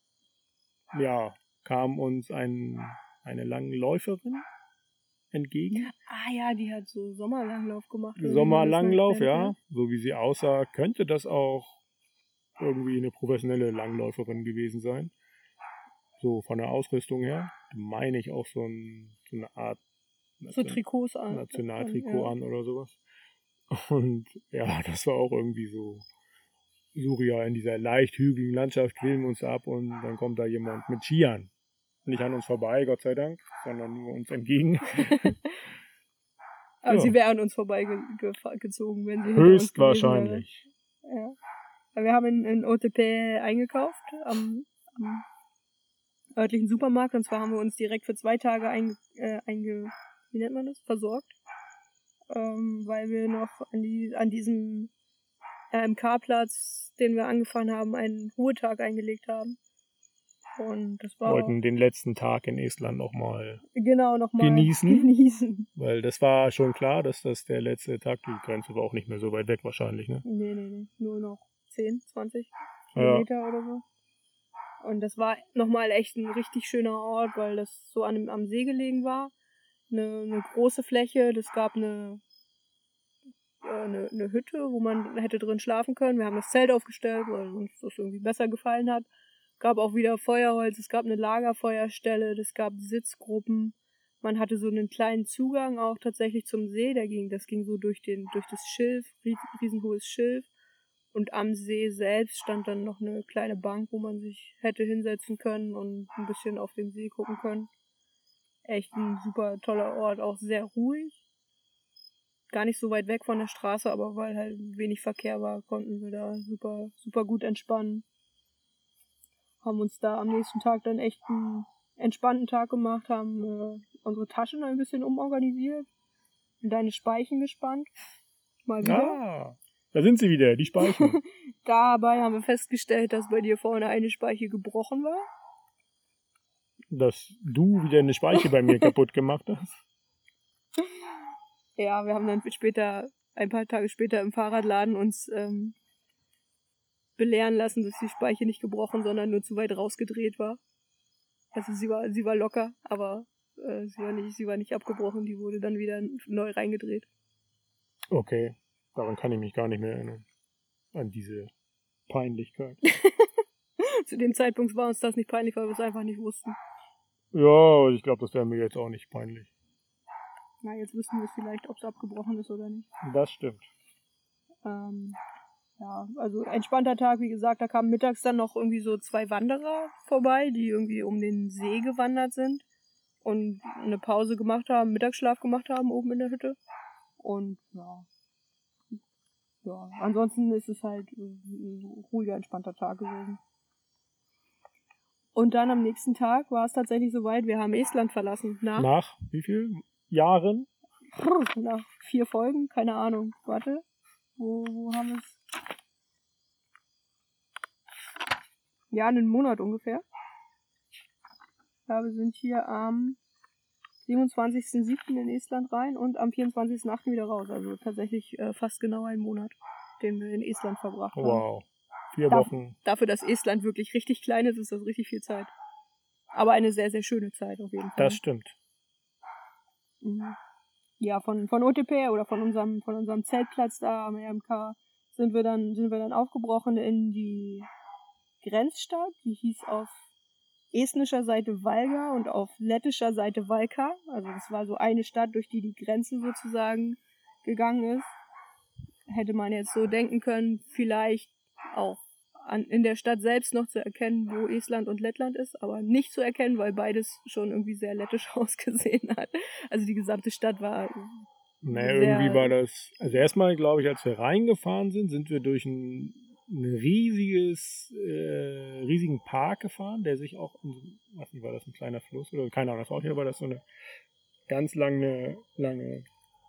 ja, kam uns ein, eine Langläuferin entgegen. Ah ja, die hat so Sommerlanglauf gemacht. oder wie man das Sommerlanglauf, nennt, ja. So wie sie aussah, könnte das auch irgendwie eine professionelle Langläuferin gewesen sein. So von der Ausrüstung her. Meine ich auch so, ein, so eine Art So Trikots an. Nationaltrikot ja. an oder sowas. Und ja, das war auch irgendwie so Surreal. In dieser leicht hügeligen Landschaft quälen wir uns ab und dann kommt da jemand mit Skiern. Nicht an uns vorbei, Gott sei Dank, sondern nur uns entgegen. Aber Ja. sie wären uns vorbeigezogen, wenn sie hinter uns gewesen Höchstwahrscheinlich. wäre. Ja. Aber wir haben in, in Otepää eingekauft, am, am örtlichen Supermarkt. Und zwar haben wir uns direkt für zwei Tage einge, äh, einge wie nennt man das? Versorgt. Ähm, weil wir noch an, die, an diesem R M K-Platz, den wir angefahren haben, einen Ruhetag eingelegt haben. Und das war Wollten den letzten Tag in Estland nochmal, genau nochmal genießen. genießen. weil das war schon klar, dass das der letzte Tag, die Grenze war auch nicht mehr so weit weg wahrscheinlich, ne? Nee, nee, nee. Nur noch zehn, zwanzig Ja. Kilometer oder so. Und das war nochmal echt ein richtig schöner Ort, weil das so an, am See gelegen war. Eine, eine große Fläche, das gab eine, äh, eine, eine Hütte, wo man hätte drin schlafen können. Wir haben das Zelt aufgestellt, weil uns das irgendwie besser gefallen hat. Es gab auch wieder Feuerholz, es gab eine Lagerfeuerstelle, es gab Sitzgruppen. Man hatte so einen kleinen Zugang auch tatsächlich zum See, der ging, das ging so durch den, durch das Schilf, riesenhohes Schilf. Und am See selbst stand dann noch eine kleine Bank, wo man sich hätte hinsetzen können und ein bisschen auf den See gucken können. Echt ein super toller Ort, auch sehr ruhig. Gar nicht so weit weg von der Straße, aber weil halt wenig Verkehr war, konnten wir da super, super gut entspannen. Haben uns da am nächsten Tag dann echt einen entspannten Tag gemacht, haben äh, unsere Taschen ein bisschen umorganisiert, in deine Speichen gespannt. Mal wieder. Ah, da sind sie wieder, die Speichen. Dabei haben wir festgestellt, dass bei dir vorne eine Speiche gebrochen war. Dass du wieder eine Speiche bei mir kaputt gemacht hast. Ja, wir haben dann später, ein paar Tage später im Fahrradladen uns ähm, belehren lassen, dass die Speiche nicht gebrochen, sondern nur zu weit rausgedreht war. Also sie war, sie war locker, aber äh, sie war nicht, sie war nicht abgebrochen, die wurde dann wieder neu reingedreht. Okay, daran kann ich mich gar nicht mehr erinnern. An diese Peinlichkeit. Zu dem Zeitpunkt war uns das nicht peinlich, weil wir es einfach nicht wussten. Ja, ich glaube, das wäre mir jetzt auch nicht peinlich. Na, jetzt wissen wir vielleicht, ob es abgebrochen ist oder nicht. Das stimmt. Ähm, ja, also entspannter Tag, wie gesagt, da kamen mittags dann noch irgendwie so zwei Wanderer vorbei, die irgendwie um den See gewandert sind und eine Pause gemacht haben, Mittagsschlaf gemacht haben oben in der Hütte. Und ja, ja, ansonsten ist es halt ein ruhiger, entspannter Tag gewesen. Und dann am nächsten Tag war es tatsächlich soweit, wir haben Estland verlassen. Nach, Nach wie vielen Jahren? nach vier Folgen, keine Ahnung. Warte, wo, wo haben wir es? Ja, einen Monat ungefähr. Ja, wir sind hier am siebenundzwanzigsten siebten in Estland rein und am vierundzwanzigsten achten wieder raus. Also tatsächlich äh, fast genau einen Monat, den wir in Estland verbracht haben. Wow. Vier Da, Wochen. Dafür, dass Estland wirklich richtig klein ist, ist das richtig viel Zeit. Aber eine sehr, sehr schöne Zeit auf jeden Fall. Das stimmt. Mhm. Ja, von, von O T P oder von unserem, von unserem Zeltplatz da am R M K sind wir dann, sind wir dann aufgebrochen in die Grenzstadt. Die hieß auf estnischer Seite Valga und auf lettischer Seite Valka. Also das war so eine Stadt, durch die die Grenze sozusagen gegangen ist. Hätte man jetzt so denken können, vielleicht auch an, in der Stadt selbst noch zu erkennen, wo Estland und Lettland ist, aber nicht zu erkennen, weil beides schon irgendwie sehr lettisch ausgesehen hat. Also die gesamte Stadt war Naja, sehr, irgendwie war das, also erstmal glaube ich, als wir reingefahren sind, sind wir durch ein, ein riesiges, äh, riesigen Park gefahren, der sich auch, in so, weiß nicht, war das ein kleiner Fluss oder keine Ahnung, das war auch hier, war das so eine ganz lange, lange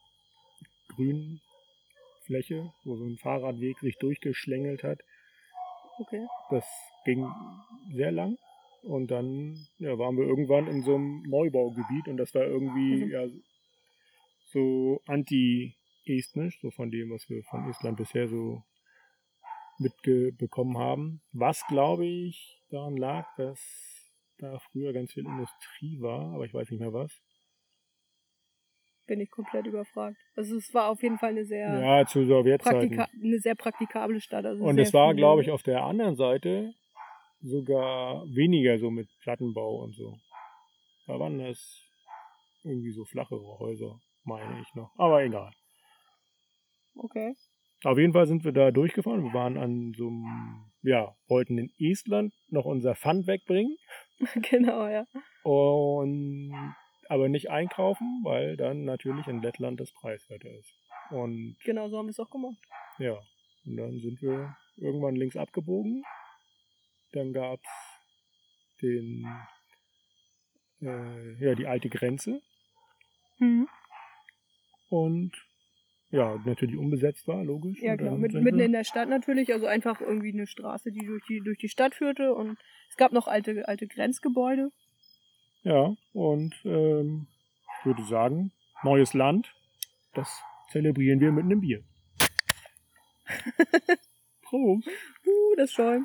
Grünfläche, wo so ein Fahrradweg sich durchgeschlängelt hat. okay. Das ging sehr lang und dann ja, waren wir irgendwann in so einem Neubaugebiet und das war irgendwie Mhm. ja, so anti-estnisch, so von dem, was wir von Estland bisher so mitbekommen haben. Was, glaube ich, daran lag, dass da früher ganz viel Industrie war, aber ich weiß nicht mehr was. Bin ich komplett überfragt. Also es war auf jeden Fall eine sehr, Ja, zu Sowjetzeiten. praktika- eine sehr praktikable Stadt. Also Und sehr es war, viele- glaube ich, auf der anderen Seite sogar weniger so mit Plattenbau und so. Da waren das irgendwie so flachere Häuser, meine ich noch. Aber egal. Okay. Auf jeden Fall sind wir da durchgefahren. Wir waren an so einem, ja, wollten in Estland noch unser Pfand wegbringen. Genau, ja. Und aber nicht einkaufen, weil dann natürlich in Lettland das preiswerter ist. Und Genau so haben wir es auch gemacht. ja, und dann sind wir irgendwann links abgebogen. Dann gab es den, äh, ja, die alte Grenze. Mhm. Und ja, natürlich unbesetzt war, logisch. Ja Und klar, dann mit, sind mitten wir- in der Stadt natürlich, also einfach irgendwie eine Straße, die durch die durch die Stadt führte und es gab noch alte alte Grenzgebäude. Ja, und ähm, ich würde sagen, neues Land, das zelebrieren wir mit einem Bier. Prost. Uh, das schäumt.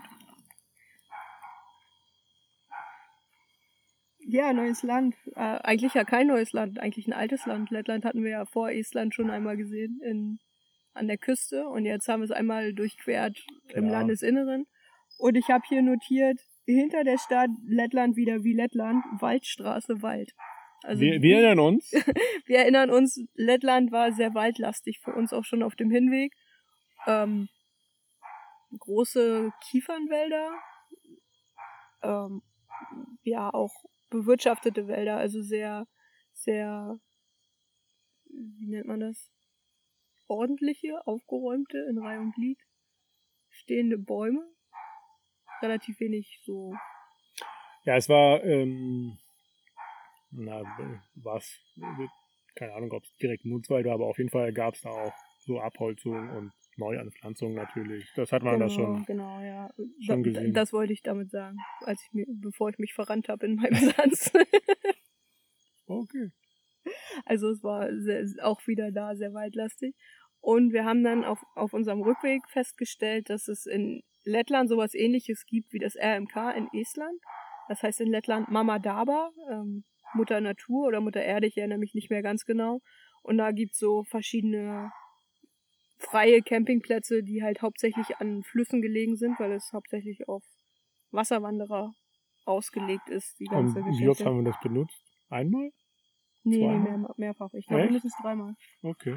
Ja, neues Land. Äh, eigentlich ja kein neues Land, eigentlich ein altes Land. Lettland hatten wir ja vor Estland schon einmal gesehen in an der Küste und jetzt haben wir es einmal durchquert im Ja. Landesinneren. Und ich habe hier notiert, hinter der Stadt Lettland wieder wie Lettland, Waldstraße, Wald. Also wir, wir erinnern uns. wir erinnern uns, Lettland war sehr waldlastig für uns auch schon auf dem Hinweg. Ähm, große Kiefernwälder, ähm, ja auch bewirtschaftete Wälder, also sehr, sehr, wie nennt man das? Ordentliche, aufgeräumte, in Reihe und Glied stehende Bäume. Relativ wenig so. Ja, es war, ähm, na, was, keine Ahnung, ob es direkt Nutzwald war, aber auf jeden Fall gab es da auch so Abholzung und Neuanpflanzung natürlich. Das hat man genau, da schon, genau, ja. schon Da, gesehen. das wollte ich damit sagen, als ich mir, bevor ich mich verrannt habe in meinem Satz. Okay. Also es war sehr, auch wieder da sehr waldlastig. Und wir haben dann auf, auf unserem Rückweg festgestellt, dass es in Lettland sowas ähnliches gibt wie das R M K in Estland. Das heißt in Lettland Mama Daba, ähm, Mutter Natur oder Mutter Erde, ich erinnere mich nicht mehr ganz genau. Und da gibt's so verschiedene freie Campingplätze, die halt hauptsächlich an Flüssen gelegen sind, weil es hauptsächlich auf Wasserwanderer ausgelegt ist, die ganze Und Geschichte. wie oft haben wir das benutzt? Einmal? Nee, nee, Zweimal? mehr, mehrfach. Ich glaube Echt? mindestens dreimal. Okay.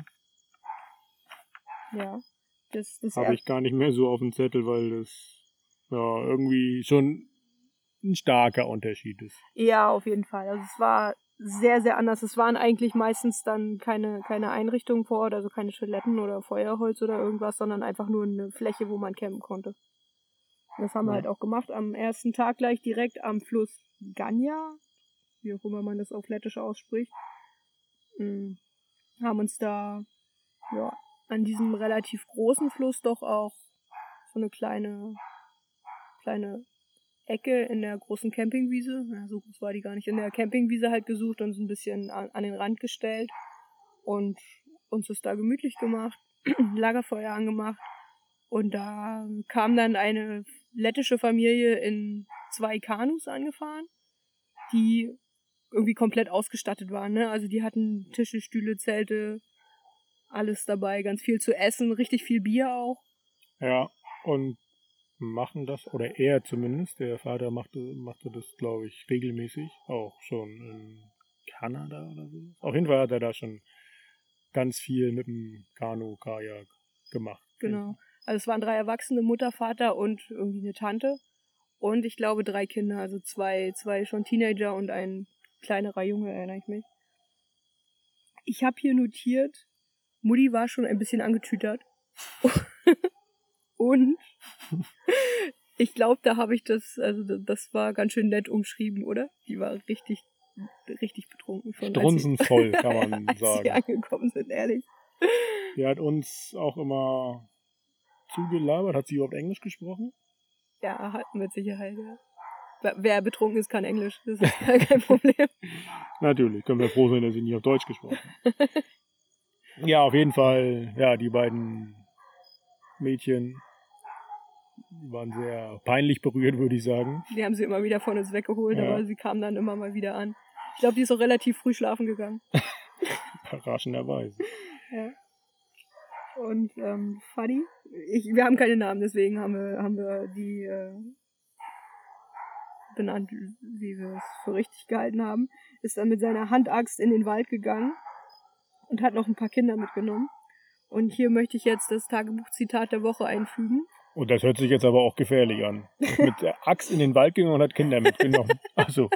Ja. Das, das Habe ich gar nicht mehr so auf dem Zettel, weil das ja irgendwie schon ein starker Unterschied ist. Ja, auf jeden Fall. Also es war sehr, sehr anders. Es waren eigentlich meistens dann keine, keine Einrichtungen vor Ort, also keine Toiletten oder Feuerholz oder irgendwas, sondern einfach nur eine Fläche, wo man campen konnte. Und das haben wir Ja. halt auch gemacht. Am ersten Tag gleich direkt am Fluss Ganja, wie auch immer man das auf Lettisch ausspricht, mh, haben uns da ja, an diesem relativ großen Fluss doch auch so eine kleine, kleine Ecke in der großen Campingwiese, ja, so groß war die gar nicht, in der Campingwiese halt gesucht und so ein bisschen an, an den Rand gestellt und uns ist da gemütlich gemacht, Lagerfeuer angemacht und da kam dann eine lettische Familie in zwei Kanus angefahren, die irgendwie komplett ausgestattet waren, ne? Also die hatten Tische, Stühle, Zelte, alles dabei, ganz viel zu essen, richtig viel Bier auch. Ja, und machen das, oder er zumindest, der Vater machte, machte das, glaube ich, regelmäßig, auch schon in Kanada oder so. Auf jeden Fall hat er da schon ganz viel mit dem Kanu, Kajak gemacht. Genau. Also es waren drei Erwachsene, Mutter, Vater und irgendwie eine Tante. Und ich glaube drei Kinder, also zwei, zwei schon Teenager und ein kleinerer Junge, erinnere ich mich. Ich habe hier notiert, Mutti war schon ein bisschen angetütert. Und ich glaube, da habe ich das, also das war ganz schön nett umschrieben, oder? Die war richtig, richtig betrunken schon. Strunzenvoll, kann man als sagen. sie angekommen sind, ehrlich. Die hat uns auch immer zugelabert. Hat sie überhaupt Englisch gesprochen? Ja, hat mit Sicherheit, ja. Wer betrunken ist, kann Englisch. Das ist kein Problem. Natürlich, können wir froh sein, dass sie nicht auf Deutsch gesprochen hat. Ja, auf jeden Fall, ja, die beiden Mädchen waren sehr peinlich berührt, würde ich sagen. Die haben sie immer wieder von uns weggeholt, Ja. aber sie kamen dann immer mal wieder an. Ich glaube, die ist auch relativ früh schlafen gegangen. Überraschenderweise. Ja. Und ähm, Fadi, ich, wir haben keine Namen, deswegen haben wir, haben wir die äh, benannt, wie wir es für richtig gehalten haben, ist dann mit seiner Handaxt in den Wald gegangen und hat noch ein paar Kinder mitgenommen. Und hier möchte ich jetzt das Tagebuchzitat der Woche einfügen. Und das hört sich jetzt aber auch gefährlich an. Mit der Axt in den Wald gegangen und hat Kinder mitgenommen. Achso.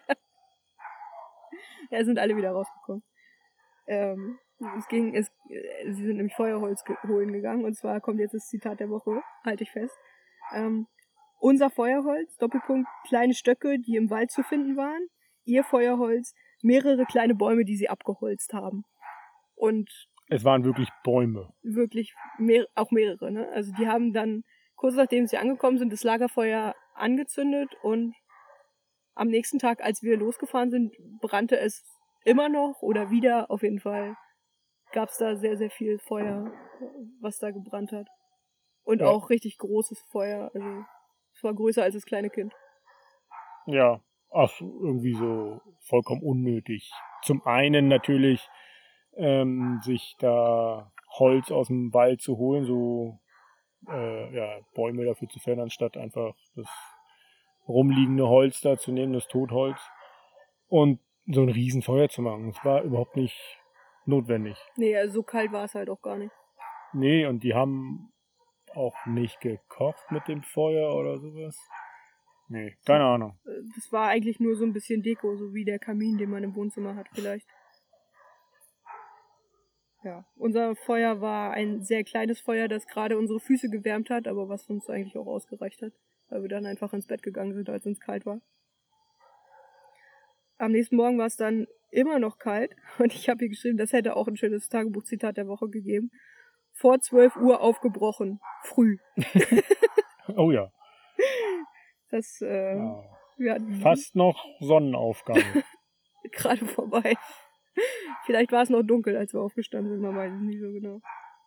Ja, sind alle wieder rausgekommen. Ähm, es ging, es, sie sind nämlich Feuerholz ge- holen gegangen und zwar kommt jetzt das Zitat der Woche, halte ich fest. Ähm, unser Feuerholz, Doppelpunkt, kleine Stöcke, die im Wald zu finden waren. Ihr Feuerholz, mehrere kleine Bäume, die sie abgeholzt haben. Und Es waren wirklich Bäume. wirklich mehr, auch mehrere, ne? Also die haben dann, kurz nachdem sie angekommen sind, das Lagerfeuer angezündet und am nächsten Tag, als wir losgefahren sind, brannte es immer noch oder wieder. Auf jeden Fall gab es da sehr, sehr viel Feuer, was da gebrannt hat. Und Ja. auch richtig großes Feuer. Also es war größer als das kleine Kind. Ja, ach, irgendwie so vollkommen unnötig. Zum einen natürlich, ähm, sich da Holz aus dem Wald zu holen, so äh, ja, Bäume dafür zu fällen, anstatt einfach das rumliegende Holz da zu nehmen, das Totholz. Und so ein Riesenfeuer zu machen. Es war überhaupt nicht notwendig. Nee, also so kalt war es halt auch gar nicht. Nee, und die haben auch nicht gekocht mit dem Feuer oder sowas. Nee, keine Ahnung. Das war eigentlich nur so ein bisschen Deko, so wie der Kamin, den man im Wohnzimmer hat vielleicht. Ja, unser Feuer war ein sehr kleines Feuer, das gerade unsere Füße gewärmt hat, aber was uns eigentlich auch ausgereicht hat, weil wir dann einfach ins Bett gegangen sind, als uns kalt war. Am nächsten Morgen war es dann immer noch kalt und ich habe hier geschrieben, das hätte auch ein schönes Tagebuchzitat der Woche gegeben. Vor zwölf Uhr aufgebrochen, früh. Oh ja. Das, äh, ja. Wir hatten Fast noch Sonnenaufgang. gerade vorbei. Vielleicht war es noch dunkel, als wir aufgestanden sind, man weiß es nicht so genau.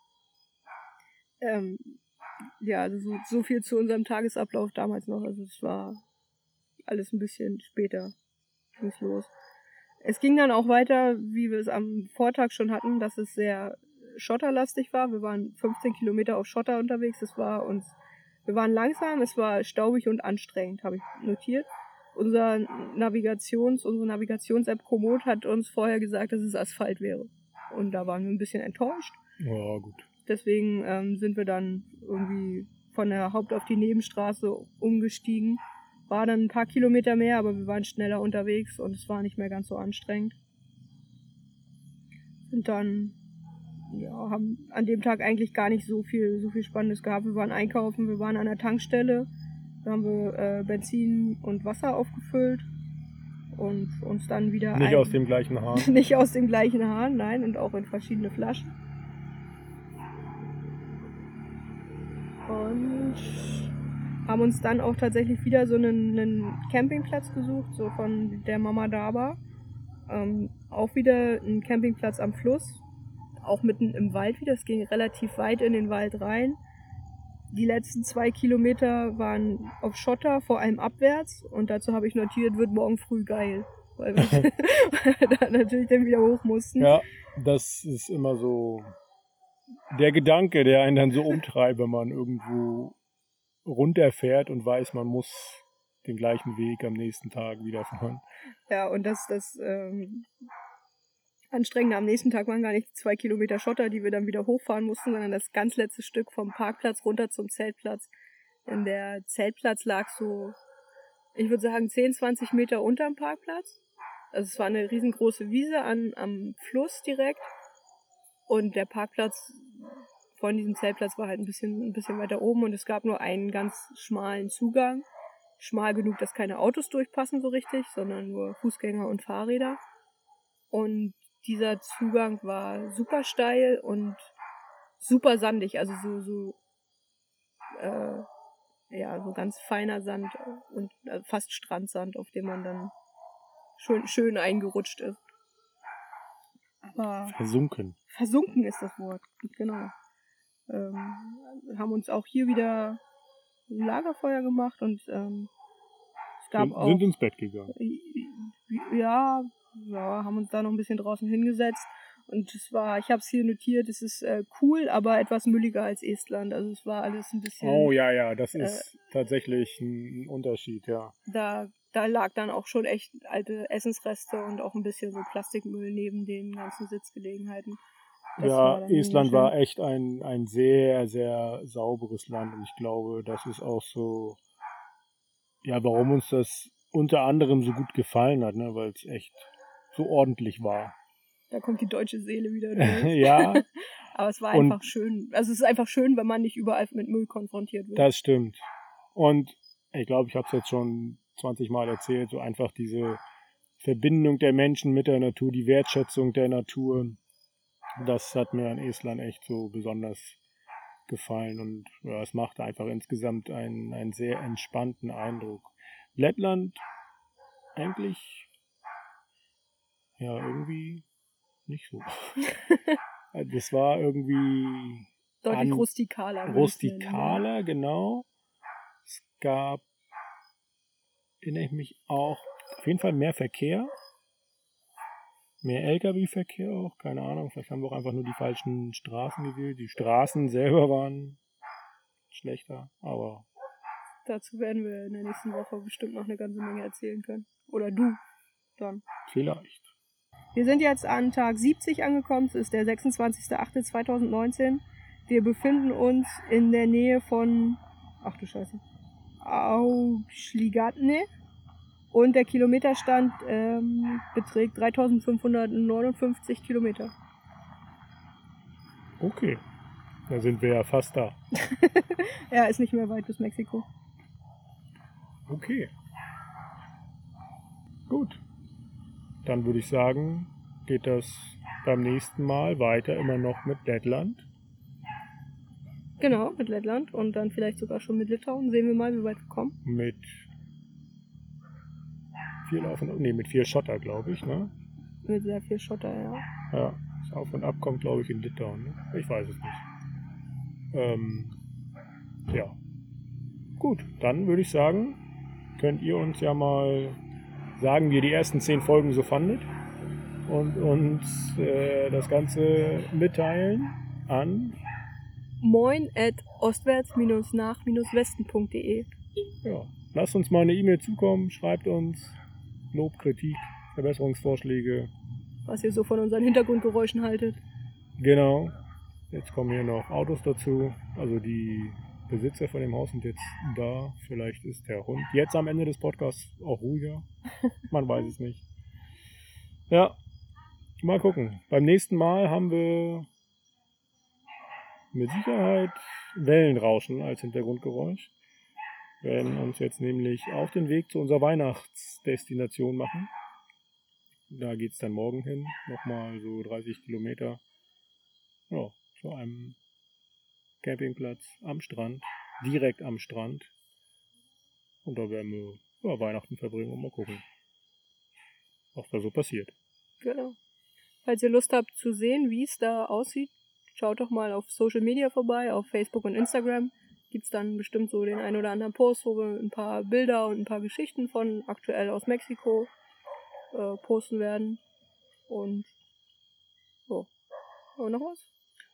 Ähm, ja, also so, so viel zu unserem Tagesablauf damals noch. Also es war alles ein bisschen später ging's los. Es ging dann auch weiter, wie wir es am Vortag schon hatten, dass es sehr schotterlastig war. Wir waren fünfzehn Kilometer auf Schotter unterwegs. Das war uns, wir waren langsam, es war staubig und anstrengend, habe ich notiert. Unser Navigations, unsere Navigations-App Komoot hat uns vorher gesagt, dass es Asphalt wäre. Und da waren wir ein bisschen enttäuscht. Ja, gut. Deswegen ähm, sind wir dann irgendwie von der Haupt- auf die Nebenstraße umgestiegen. War dann ein paar Kilometer mehr, aber wir waren schneller unterwegs und es war nicht mehr ganz so anstrengend. Und dann ja, haben an dem Tag eigentlich gar nicht so viel, so viel Spannendes gehabt. Wir waren einkaufen, wir waren an der Tankstelle. Da haben wir äh, Benzin und Wasser aufgefüllt und uns dann wieder Nicht ein... aus dem gleichen Hahn. Nicht aus dem gleichen Hahn, nein, und auch in verschiedene Flaschen. Und haben uns dann auch tatsächlich wieder so einen, einen Campingplatz gesucht, so von der Mama Daba. Ähm, auch wieder ein Campingplatz am Fluss, auch mitten im Wald wieder. Es ging relativ weit in den Wald rein. Die letzten zwei Kilometer waren auf Schotter, vor allem abwärts. Und dazu habe ich notiert, wird morgen früh geil. Weil wir da natürlich dann wieder hoch mussten. Ja, das ist immer so der Gedanke, der einen dann so umtreibt, wenn man irgendwo runterfährt und weiß, man muss den gleichen Weg am nächsten Tag wieder fahren. Ja, und das, das ähm, Anstrengende am nächsten Tag waren gar nicht die zwei Kilometer Schotter, die wir dann wieder hochfahren mussten, sondern das ganz letzte Stück vom Parkplatz runter zum Zeltplatz. Denn der Zeltplatz lag so, ich würde sagen, zehn, zwanzig Meter unterm Parkplatz. Also es war eine riesengroße Wiese an, am Fluss direkt. Und der Parkplatz von diesem Zeltplatz war halt ein bisschen, ein bisschen weiter oben und es gab nur einen ganz schmalen Zugang. Schmal genug, dass keine Autos durchpassen so richtig, sondern nur Fußgänger und Fahrräder. Und dieser Zugang war super steil und super sandig, also so, so, äh, ja, so ganz feiner Sand und äh, fast Strandsand, auf dem man dann schön, schön eingerutscht ist. Aber Versunken. versunken ist das Wort, genau. Ähm, haben uns auch hier wieder ein Lagerfeuer gemacht und ähm, es gab sind, auch... Sind ins Bett gegangen. Ja, ja, haben uns da noch ein bisschen draußen hingesetzt. Und es war, ich habe es hier notiert, es ist äh, cool, aber etwas mülliger als Estland. Also es war alles ein bisschen... Oh ja, ja, das äh, ist tatsächlich ein Unterschied, ja. Da, da lag dann auch schon echt alte Essensreste und auch ein bisschen so Plastikmüll neben den ganzen Sitzgelegenheiten. Das ja, war Estland war echt ein, ein sehr, sehr sauberes Land und ich glaube, das ist auch so, ja, warum uns das unter anderem so gut gefallen hat, ne, weil es echt so ordentlich war. Da kommt die deutsche Seele wieder durch. Ja. Aber es war einfach schön. Also es ist einfach schön, wenn man nicht überall mit Müll konfrontiert wird. Das stimmt. Und ich glaube, ich habe es jetzt schon zwanzig Mal erzählt, so einfach diese Verbindung der Menschen mit der Natur, die Wertschätzung der Natur, das hat mir an Estland echt so besonders gefallen und ja, es machte einfach insgesamt einen, einen sehr entspannten Eindruck. Lettland eigentlich ja irgendwie nicht so. Das war irgendwie deutlich an, rustikaler. Rustikaler, genau. Es gab, erinnere ich mich auch, auf jeden Fall mehr Verkehr. Mehr L K W-Verkehr auch, keine Ahnung, vielleicht haben wir auch einfach nur die falschen Straßen gewählt. Die Straßen selber waren schlechter, aber... Dazu werden wir in der nächsten Woche bestimmt noch eine ganze Menge erzählen können. Oder du. dann. Vielleicht. Wir sind jetzt an Tag siebzig angekommen. Es ist der sechsundzwanzigster achter zweitausendneunzehn. Wir befinden uns in der Nähe von, ach du Scheiße, Augschligatne. Und der Kilometerstand ähm, beträgt dreitausendfünfhundertneunundfünfzig Kilometer. Okay. Da sind wir ja fast da. Ja, ist nicht mehr weit bis Mexiko. Okay. Gut. Dann würde ich sagen, geht das beim nächsten Mal weiter immer noch mit Lettland. Genau, mit Lettland und dann vielleicht sogar schon mit Litauen. Sehen wir mal, wie weit wir kommen. Mit viel Auf und nee, mit viel Schotter, glaube ich, ne? Mit sehr viel Schotter, ja. Ja, das Auf und Ab kommt, glaube ich, in Litauen, ne? Ich weiß es nicht. Ähm, ja. Gut, dann würde ich sagen, könnt ihr uns ja mal sagen, wie ihr die ersten zehn Folgen so fandet und uns äh, das Ganze mitteilen an moin at ostwärts-nach-westen punkt de. ja, lasst uns mal eine E-Mail zukommen, schreibt uns Lob, Kritik, Verbesserungsvorschläge. Was ihr so von unseren Hintergrundgeräuschen haltet. Genau. Jetzt kommen hier noch Autos dazu. Also die Besitzer von dem Haus sind jetzt da. Vielleicht ist der Hund jetzt am Ende des Podcasts auch ruhiger. Man weiß es nicht. Ja, mal gucken. Beim nächsten Mal haben wir mit Sicherheit Wellenrauschen als Hintergrundgeräusch. Wir werden uns jetzt nämlich auf den Weg zu unserer Weihnachtsdestination machen. Da geht es dann morgen hin. Nochmal so dreißig Kilometer. Ja, zu einem Campingplatz am Strand. Direkt am Strand. Und da werden wir ja, Weihnachten verbringen und mal gucken, was da so passiert. Genau. Falls ihr Lust habt zu sehen, wie es da aussieht, schaut doch mal auf Social Media vorbei, auf Facebook und Instagram. Gibt's dann bestimmt so den einen oder anderen Post, wo wir ein paar Bilder und ein paar Geschichten von aktuell aus Mexiko äh, posten werden. Und so. Aber noch was?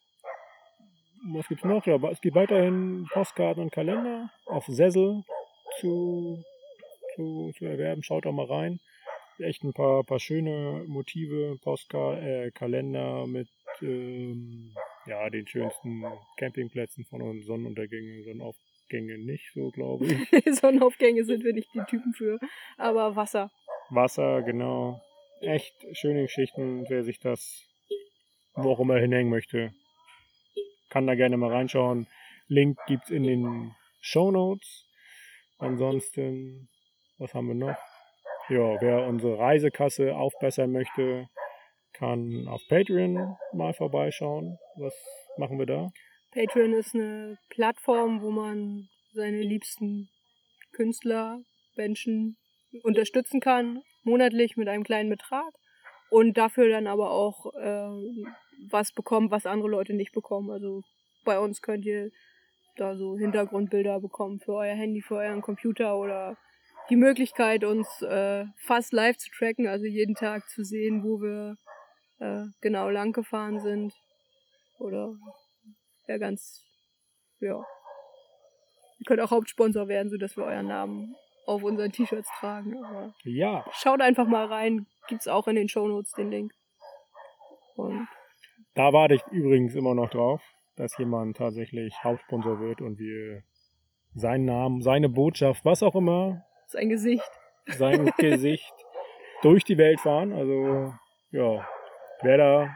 Was gibt's noch? Ja, es gibt weiterhin Postkarten und Kalender auf Sessel zu, zu, zu erwerben. Schaut doch mal rein. Echt ein paar, paar schöne Motive, Postkarten, äh, Kalender mit ähm, ja, den schönsten Campingplätzen von uns, Sonnenuntergänge, Sonnenaufgänge nicht so, glaube ich. Sonnenaufgänge sind wir nicht die Typen für, aber Wasser. Wasser, genau. Echt schöne Geschichten, wer sich das wo auch immer hinhängen möchte, kann da gerne mal reinschauen. Link gibt's in den Shownotes. Ansonsten, was haben wir noch? Ja, wer unsere Reisekasse aufbessern möchte, kann auf Patreon mal vorbeischauen. Was machen wir da? Patreon ist eine Plattform, wo man seine liebsten Künstler, Menschen unterstützen kann, monatlich mit einem kleinen Betrag und dafür dann aber auch äh, was bekommt, was andere Leute nicht bekommen. Also bei uns könnt ihr da so Hintergrundbilder bekommen für euer Handy, für euren Computer oder die Möglichkeit, uns äh, fast live zu tracken, also jeden Tag zu sehen, wo wir äh, genau lang gefahren sind. Oder ja, ganz, ja. Ihr könnt auch Hauptsponsor werden, sodass wir euren Namen auf unseren T-Shirts tragen. Aber Ja. schaut einfach mal rein, gibt's auch in den Shownotes den Link. Und da warte ich übrigens immer noch drauf, dass jemand tatsächlich Hauptsponsor wird und wir seinen Namen, seine Botschaft, was auch immer, sein Gesicht, sein Gesicht durch die Welt fahren. Also ja, wer da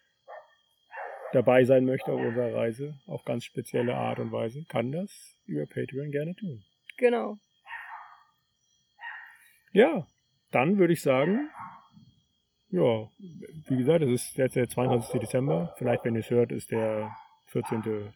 dabei sein möchte auf unserer Reise, auf ganz spezielle Art und Weise, kann das über Patreon gerne tun. Genau. Ja, dann würde ich sagen, ja, wie gesagt, es ist jetzt der zweiundzwanzigster Dezember. Vielleicht, wenn ihr es hört, ist der vierzehnten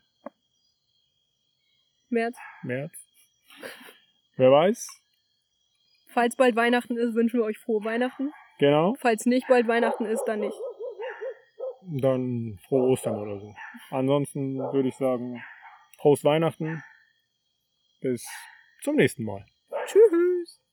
März. März. Wer weiß? Falls bald Weihnachten ist, wünschen wir euch frohe Weihnachten. Genau. Falls nicht bald Weihnachten ist, dann nicht. Dann frohe Ostern oder so. Ansonsten würde ich sagen, frohes Weihnachten. Bis zum nächsten Mal. Tschüss.